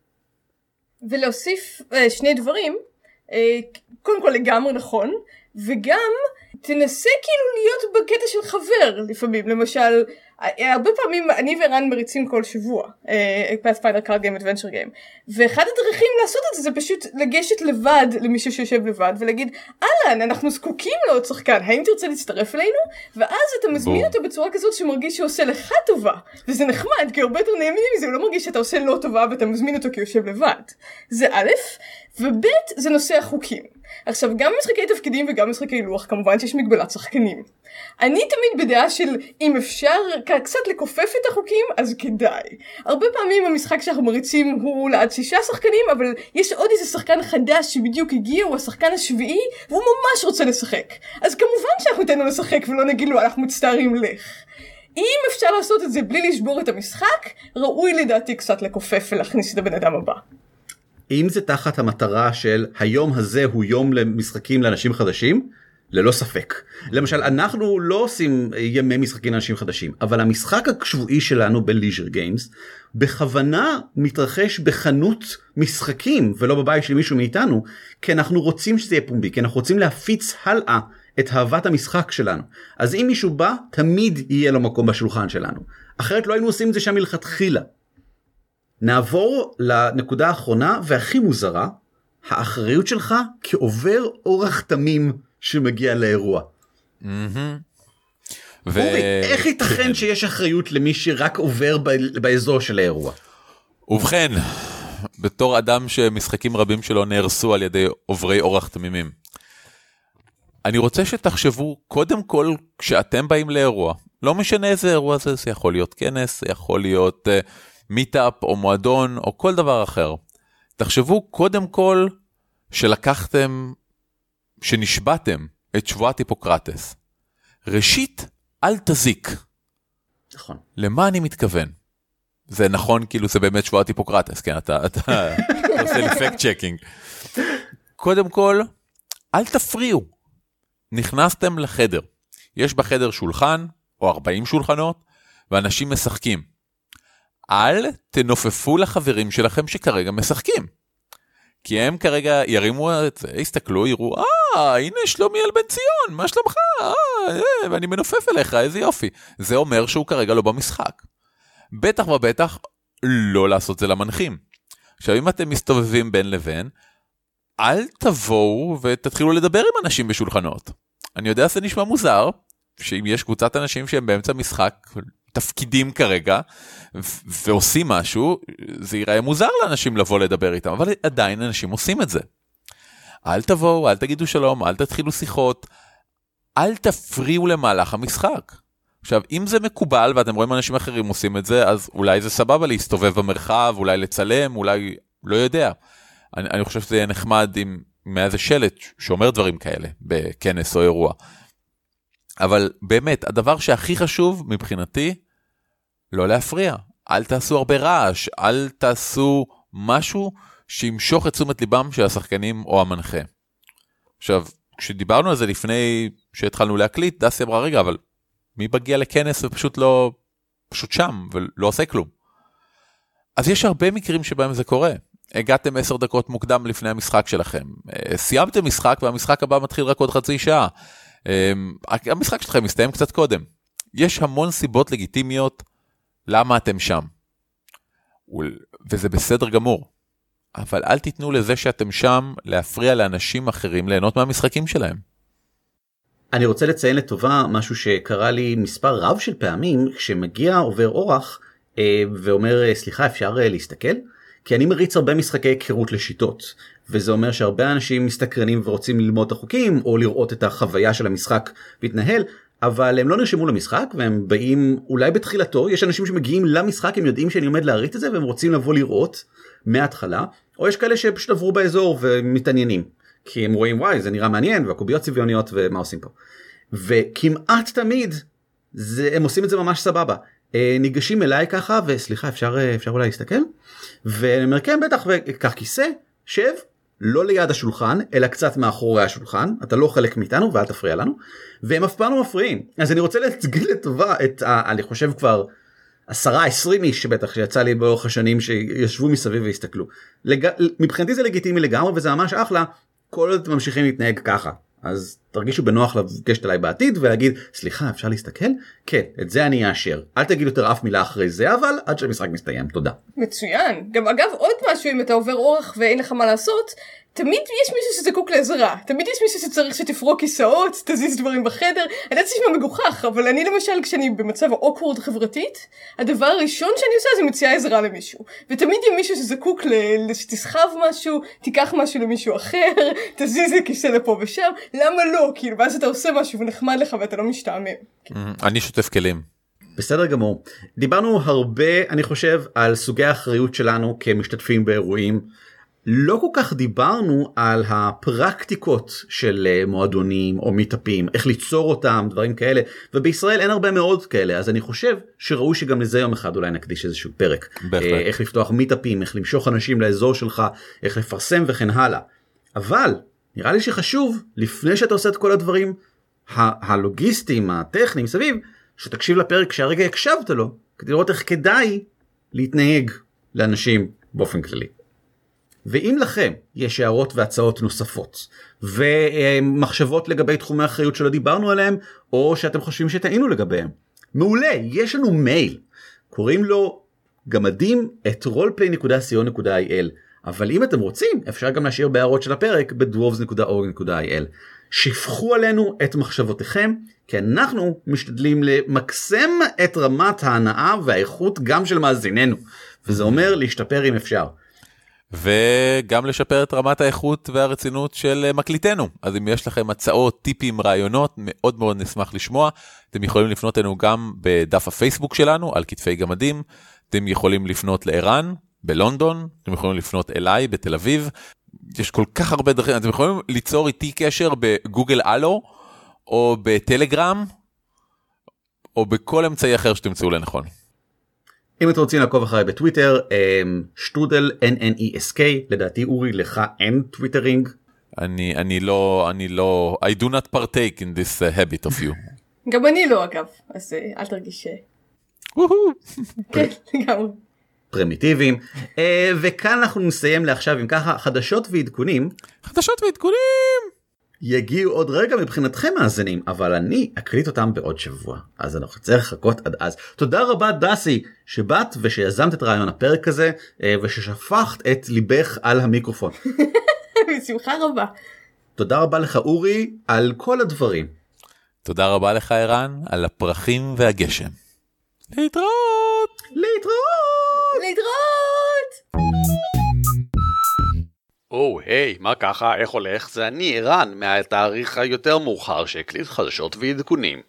ולהוסיף אה, שני דברים, אה, קודם כל לגמרי נכון, וגם תנסה כאילו להיות בקטע של חבר לפעמים, למשל, הרבה פעמים אני ורן מריצים כל שבוע Pathfinder Card Game Adventure Game, ואחד הדרכים לעשות את זה זה פשוט לגשת לבד למישהו שיושב לבד ולהגיד, אהלן, אנחנו זקוקים לעוד שחקן, האם תרצה להצטרף אלינו? ואז אתה מזמין אותו בצורה כזאת שמרגיש שהוא עושה לך טובה, וזה נחמד כי הרבה יותר נעימים מזה, הוא לא מרגיש שאתה עושה לו טובה ואתה מזמין אותו כי הוא יושב לבד. זה א', וב' זה נושא החוקים. עכשיו, גם משחקי תפקידים וגם משחקי לוח, כמובן שיש מגבלת שחקנים. אני תמיד בדעה של אם אפשר קצת לקופף את החוקים, אז כדאי. הרבה פעמים המשחק שאנחנו מריצים הוא לעד שישה שחקנים, אבל יש עוד איזה שחקן חדש שבדיוק הגיע, הוא השחקן השביעי, והוא ממש רוצה לשחק. אז כמובן שאנחנו ניתן לו לשחק ולא נגיד לו, אנחנו מצטערים לך. אם אפשר לעשות את זה בלי לשבור את המשחק, ראוי לדעתי קצת לקופף ולהכניס את הבן אדם הבא. אם זה תחת המטרה של היום הזה הוא יום למשחקים לאנשים חדשים, ללא ספק. למשל, אנחנו לא עושים ימי משחקים לאנשים חדשים, אבל המשחק השבועי שלנו בליז'ר גיימס, בכוונה מתרחש בחנות משחקים, ולא בבית של מישהו מאיתנו, כי אנחנו רוצים שזה יהיה פומבי, כי אנחנו רוצים להפיץ הלאה את אהבת המשחק שלנו. אז אם מישהו בא, תמיד יהיה לו מקום בשולחן שלנו. אחרת לא היינו עושים את זה שם מלכתחילה. נעבור לנקודה האחרונה והכי מוזרה, האחריות שלך כעובר אורח תמים שמגיע לאירוע. אורי, איך ייתכן שיש אחריות למי שרק עובר באזור של האירוע? ובכן, בתור אדם שמשחקים רבים שלו נהרסו על ידי עוברי אורח תמימים, אני רוצה שתחשבו קודם כל כשאתם באים לאירוע, לא משנה איזה אירוע זה, זה יכול להיות כנס, זה יכול להיות מיטאפ או מועדון או כל דבר אחר. תחשבו קודם כל שלקחתם, שנשבעתם את שבועת היפוקרטס. ראשית, אל תזיק. נכון. למה אני מתכוון? זה נכון, כאילו זה באמת שבועת היפוקרטס, כן, אתה, אתה, אתה עושה לי פקט צ'קינג. קודם כל, אל תפריעו. נכנסתם לחדר. יש בחדר שולחן, או ארבעים שולחנות, ואנשים משחקים. אל תנופפו לחברים שלכם שכרגע משחקים. כי הם כרגע ירימו את זה, יסתכלו, יראו, אה, הנה שלומיאל בן ציון, מה שלומך? אה, ואני מנופף אליך, איזה יופי. זה אומר שהוא כרגע לא במשחק. בטח ובטח לא לעשות זה למנחים. עכשיו, אם אתם מסתובבים בין לבין, אל תבואו ותתחילו לדבר עם אנשים בשולחנות. אני יודע, זה נשמע מוזר, שאם יש קבוצת אנשים שהם באמצע משחק, תפקידים כרגע, ועושים משהו, זה ייראה מוזר לאנשים לבוא לדבר איתם, אבל עדיין אנשים עושים את זה. אל תבואו, אל תגידו שלום, אל תתחילו שיחות, אל תפריעו למהלך המשחק. עכשיו, אם זה מקובל, ואתם רואים אנשים אחרים עושים את זה, אז אולי זה סבבה להסתובב במרחב, אולי לצלם, אולי לא יודע. אני, אני חושב שזה יהיה נחמד עם מאיזה שלט שאומר דברים כאלה, בכנס או אירוע. אבל באמת, הדבר שהכי חשוב מבחינתי, לא להפריע. אל תעשו הרבה רעש, אל תעשו משהו שימשוך את תשומת ליבם של השחקנים או המנחה. עכשיו, כשדיברנו על זה לפני שהתחלנו להקליט, דסי אמרה, רגע, אבל מי בגיע לכנס ופשוט לא, פשוט שם, ולא עושה כלום? אז יש הרבה מקרים שבהם זה קורה. הגעתם עשר דקות מוקדם לפני המשחק שלכם. סיימתם משחק והמשחק הבא מתחיל רק עוד חצי שעה. המשחק שלכם מסתיים קצת קודם. יש המון סיבות לגיטימיות למה אתם שם. וזה בסדר גמור. אבל אל תיתנו לזה שאתם שם להפריע לאנשים אחרים ליהנות מהמשחקים שלהם. אני רוצה לציין לטובה משהו שקרה לי מספר רב של פעמים, כשמגיע עובר אורח ואומר סליחה אפשר להסתכל? כי אני מריץ הרבה משחקי היכרות לשיטות, וזה אומר שהרבה אנשים מסתקרנים ורוצים ללמוד את החוקים, או לראות את החוויה של המשחק להתנהל, אבל הם לא נרשמו למשחק, והם באים אולי בתחילתו, יש אנשים שמגיעים למשחק, הם יודעים שאני עומד להריץ את זה, והם רוצים לבוא לראות מההתחלה, או יש כאלה שפשוט עברו באזור ומתעניינים, כי הם רואים וואי זה נראה מעניין, והקוביות צביוניות ומה עושים פה. וכמעט תמיד, זה, הם עושים את זה ממש סבבה. ניגשים אליי ככה, וסליחה אפשר, אפשר אולי להסתכל? ואני אומר כן בטח, וקח כיסא, שב, לא ליד השולחן, אלא קצת מאחורי השולחן, אתה לא חלק מאיתנו ואל תפריע לנו, והם אף פעם לא מפריעים. אז אני רוצה להציג לטובה את, ה, אני חושב כבר עשרה, עשרים איש שבטח שיצא לי באורך השנים שישבו מסביב והסתכלו. לג... מבחינתי זה לגיטימי לגמרי וזה ממש אחלה, כל עוד ממשיכים להתנהג ככה. אז תרגישו בנוח לגשת אליי בעתיד ולהגיד, סליחה, אפשר להסתכל? כן, את זה אני אאשר. אל תגיד יותר אף מילה אחרי זה, אבל עד שהמשחק מסתיים, תודה. מצוין. גם אגב, עוד משהו, אם אתה עובר אורח ואין לך מה לעשות, תמיד יש מישהו שזקוק לעזרה. תמיד יש מישהו שצריך שתפרוק כיסאות, תזיז דברים בחדר. אני יודעת שזה מגוחך, אבל אני למשל, כשאני במצב האוקוורד חברתית, הדבר הראשון שאני עושה זה מציעה עזרה למישהו. ותמיד יהיה מישהו שזקוק שתסחב משהו, תיקח משהו למישהו אחר, תזיז כיסא לפה ושם. למה לא? כאילו, ואז אתה עושה משהו ונחמד לך ואתה לא משתעמם. אני שוטף כלים. בסדר גמור. דיברנו הרבה, אני חושב, על סוגי האחריות שלנו כמשתתפים באירועים. לא כל כך דיברנו על הפרקטיקות של מועדונים או מיטאפים, איך ליצור אותם, דברים כאלה, ובישראל אין הרבה מאוד כאלה, אז אני חושב שראוי שגם לזה יום אחד אולי נקדיש איזשהו פרק. בהחלט. איך לפתוח מיטאפים, איך למשוך אנשים לאזור שלך, איך לפרסם וכן הלאה. אבל נראה לי שחשוב, לפני שאתה עושה את כל הדברים ה- הלוגיסטיים, הטכניים סביב, שתקשיב לפרק שהרגע הקשבת לו, כדי לראות איך כדאי להתנהג לאנשים באופן כללי. ואם לכם יש הערות והצעות נוספות, ומחשבות לגבי תחומי האחריות שלא דיברנו עליהם, או שאתם חושבים שטעינו לגביהם, מעולה, יש לנו מייל, קוראים לו גמדים את roleplay נקודה סי או נקודה איי אל, אבל אם אתם רוצים, אפשר גם להשאיר בהערות של הפרק ב-דוורבס נקודה אורג נקודה איי אל. שפכו עלינו את מחשבותיכם, כי אנחנו משתדלים למקסם את רמת ההנאה והאיכות גם של מאזיננו, וזה אומר להשתפר אם אפשר. וגם לשפר את רמת האיכות והרצינות של מקליטנו. אז אם יש לכם הצעות, טיפים, רעיונות, מאוד מאוד נשמח לשמוע. אתם יכולים לפנות אלינו גם בדף הפייסבוק שלנו, על כתפי גמדים. אתם יכולים לפנות לערן בלונדון, אתם יכולים לפנות אליי בתל אביב. יש כל כך הרבה דרכים, אתם יכולים ליצור איתי קשר בגוגל אלו, או בטלגרם, או בכל אמצעי אחר שתמצאו לנכון. אם אתם רוצים לעקוב אחריי בטוויטר, שטודל אן אן אי אס קיי, לדעתי אורי לך אין טוויטרינג. אני, אני לא, אני לא, I do not partake in this uh, habit of you. גם אני לא אגב, אז אל תרגיש. כן, לגמרי. פרימיטיביים, וכאן אנחנו נסיים לעכשיו עם ככה חדשות ועדכונים. חדשות ועדכונים! יגיעו עוד רגע מבחינתכם מאזינים, אבל אני אקליט אותם בעוד שבוע, אז אנחנו צריך לחכות עד אז. תודה רבה דסי שבאת ושיזמת את רעיון הפרק הזה, וששפכת את ליבך על המיקרופון. בשמחה רבה. תודה רבה לך אורי על כל הדברים. תודה רבה לך ערן על הפרחים והגשם. להתראות! להתראות! להתראות! או, היי, מה ככה, איך הולך? זה אני, ערן, מהתאריך היותר מאוחר שהקליט חדשות ועדכונים.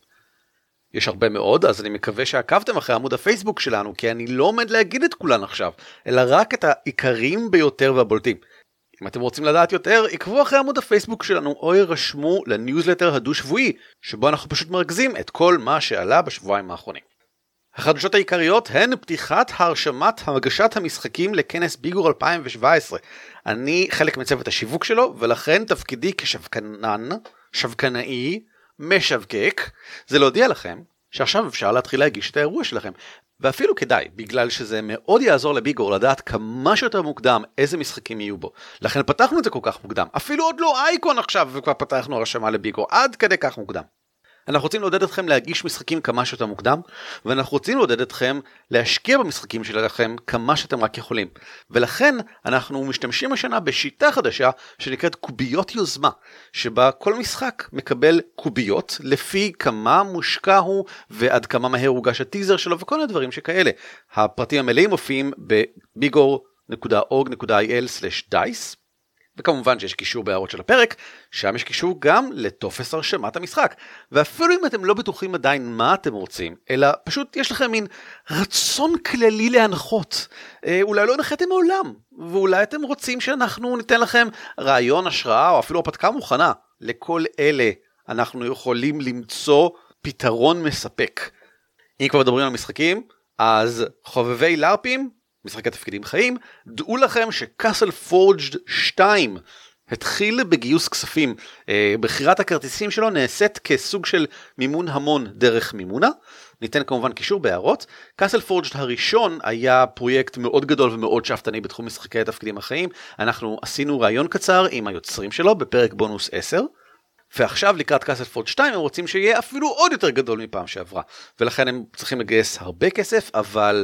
יש הרבה מאוד, אז אני מקווה שעקבתם אחרי עמוד הפייסבוק שלנו, כי אני לא עומד להגיד את כולן עכשיו, אלא רק את העיקרים ביותר והבולטים. אם אתם רוצים לדעת יותר, עקבו אחרי עמוד הפייסבוק שלנו, או ירשמו לניוזלטר הדו-שבועי, שבו אנחנו פשוט מרכזים את כל מה שעלה בשבועיים האחרונים. החדשות העיקריות הן פתיחת הרשמת הגשת המשחקים לכנס ביגור אלפיים שבע עשרה. אני חלק מצוות השיווק שלו, ולכן תפקידי כשווקנן, שווקנאי, משווקק, זה להודיע לכם שעכשיו אפשר להתחיל להגיש את האירוע שלכם. ואפילו כדאי, בגלל שזה מאוד יעזור לביגור לדעת כמה שיותר מוקדם איזה משחקים יהיו בו. לכן פתחנו את זה כל כך מוקדם. אפילו עוד לא אייקון עכשיו, וכבר פתחנו הרשמה לביגור, עד כדי כך מוקדם. אנחנו רוצים לעודד אתכם להגיש משחקים כמה שיותר מוקדם, ואנחנו רוצים לעודד אתכם להשקיע במשחקים שלכם כמה שאתם רק יכולים. ולכן אנחנו משתמשים השנה בשיטה חדשה שנקראת קוביות יוזמה, שבה כל משחק מקבל קוביות לפי כמה מושקע הוא ועד כמה מהר הוגש הטיזר שלו וכל הדברים שכאלה. הפרטים המלאים מופיעים ב-ביגור נקודה אורג נקודה איי אל סלש דייס, וכמובן שיש קישור בהערות של הפרק, שם יש קישור גם לטופס הרשמת המשחק. ואפילו אם אתם לא בטוחים עדיין מה אתם רוצים, אלא פשוט יש לכם מין רצון כללי להנחות, אה, אולי לא נחתם מעולם, ואולי אתם רוצים שאנחנו ניתן לכם רעיון, השראה, או אפילו הרפתקה מוכנה, לכל אלה אנחנו יכולים למצוא פתרון מספק. אם כבר מדברים על משחקים, אז חובבי לארפים, משחקי תפקידים חיים, דעו לכם שקאסל פורג'ד שתיים התחיל בגיוס כספים. בחירת הכרטיסים שלו נעשית כסוג של מימון המון דרך מימונה. ניתן כמובן קישור בהערות. קאסל פורג'ד הראשון היה פרויקט מאוד גדול ומאוד שאפתני בתחום משחקי התפקידים החיים. אנחנו עשינו רעיון קצר עם היוצרים שלו בפרק בונוס עשר. ועכשיו לקראת קאסל פורג'ד שתיים הם רוצים שיהיה אפילו עוד יותר גדול מפעם שעברה. ולכן הם צריכים לגייס הרבה כסף, אבל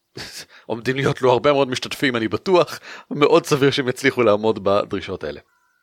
עומדים להיות לו הרבה מאוד משתתפים, אני בטוח, מאוד סביר שהם יצליחו לעמוד בדרישות האלה.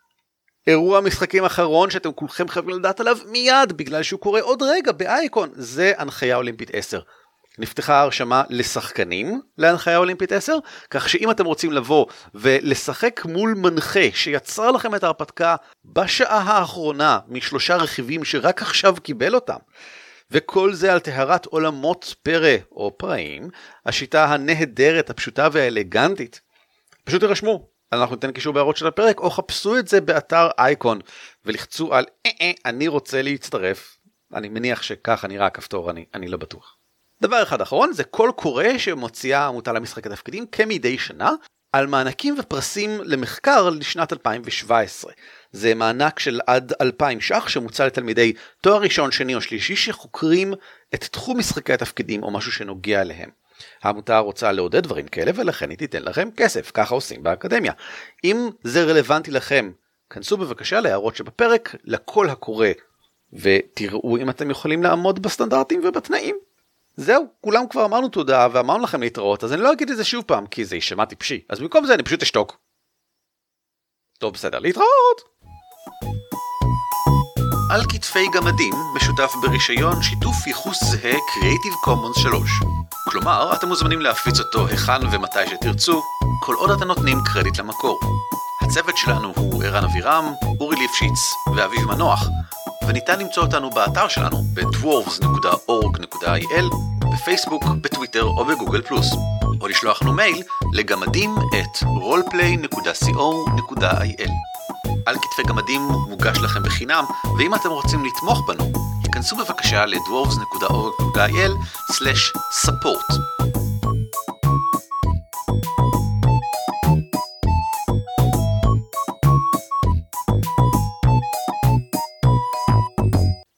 אירוע משחקים אחרון שאתם כולכם חייבים לדעת עליו מיד, בגלל שהוא קורה עוד רגע באייקון, זה הנחיה אולימפית עשר. נפתחה הרשמה לשחקנים להנחיה אולימפית עשר, כך שאם אתם רוצים לבוא ולשחק מול מנחה שיצר לכם את ההרפתקה בשעה האחרונה משלושה רכיבים שרק עכשיו קיבל אותם, וכל זה על טהרת עולמות פרא או פראים, השיטה הנהדרת, הפשוטה והאלגנטית. פשוט תרשמו, אנחנו ניתן קישור בהערות של הפרק, או חפשו את זה באתר אייקון, ולחצו על אה אה, אני רוצה להצטרף. אני מניח שככה נראה הכפתור, אני, אני לא בטוח. דבר אחד אחרון, זה קול קורא שמוציאה עמותה למשחקי תפקידים כמדי שנה, על מענקים ופרסים למחקר לשנת אלפיים שבע עשרה. זה מענק של עד אלפיים ש"ח שמוצע לתלמידי תואר ראשון, שני או שלישי שחוקרים את תחום משחקי התפקידים או משהו שנוגע אליהם. העמותה רוצה לעודד דברים כאלה ולכן היא תיתן לכם כסף, ככה עושים באקדמיה. אם זה רלוונטי לכם, כנסו בבקשה להערות שבפרק לקול הקורא ותראו אם אתם יכולים לעמוד בסטנדרטים ובתנאים. זהו, כולם כבר אמרנו תודה ואמרנו לכם להתראות, אז אני לא אגיד את זה שוב פעם כי זה יישמע טיפשי, אז במקום זה אני פשוט אשתוק. טוב, בסדר, להתראות! על כתפי גמדים משותף ברישיון שיתוף ייחוס זהה Creative Commons שלוש. כלומר, אתם מוזמנים להפיץ אותו היכן ומתי שתרצו, כל עוד אתם נותנים קרדיט למקור. הצוות שלנו הוא ערן אבירם, אורי ליפשיץ ואביב מנוח, וניתן למצוא אותנו באתר שלנו ב-דוורבס נקודה אורג נקודה איי אל, בפייסבוק, בטוויטר או בגוגל פלוס, או לשלוח לנו מייל לגמדים את roleplay נקודה co נקודה איי אל. על כתפי גמדים מוגש לכם בחינם, ואם אתם רוצים לתמוך בנו, כנסו בבקשה ל-דוורבס נקודה אורג נקודה איי אל סלש ספורט.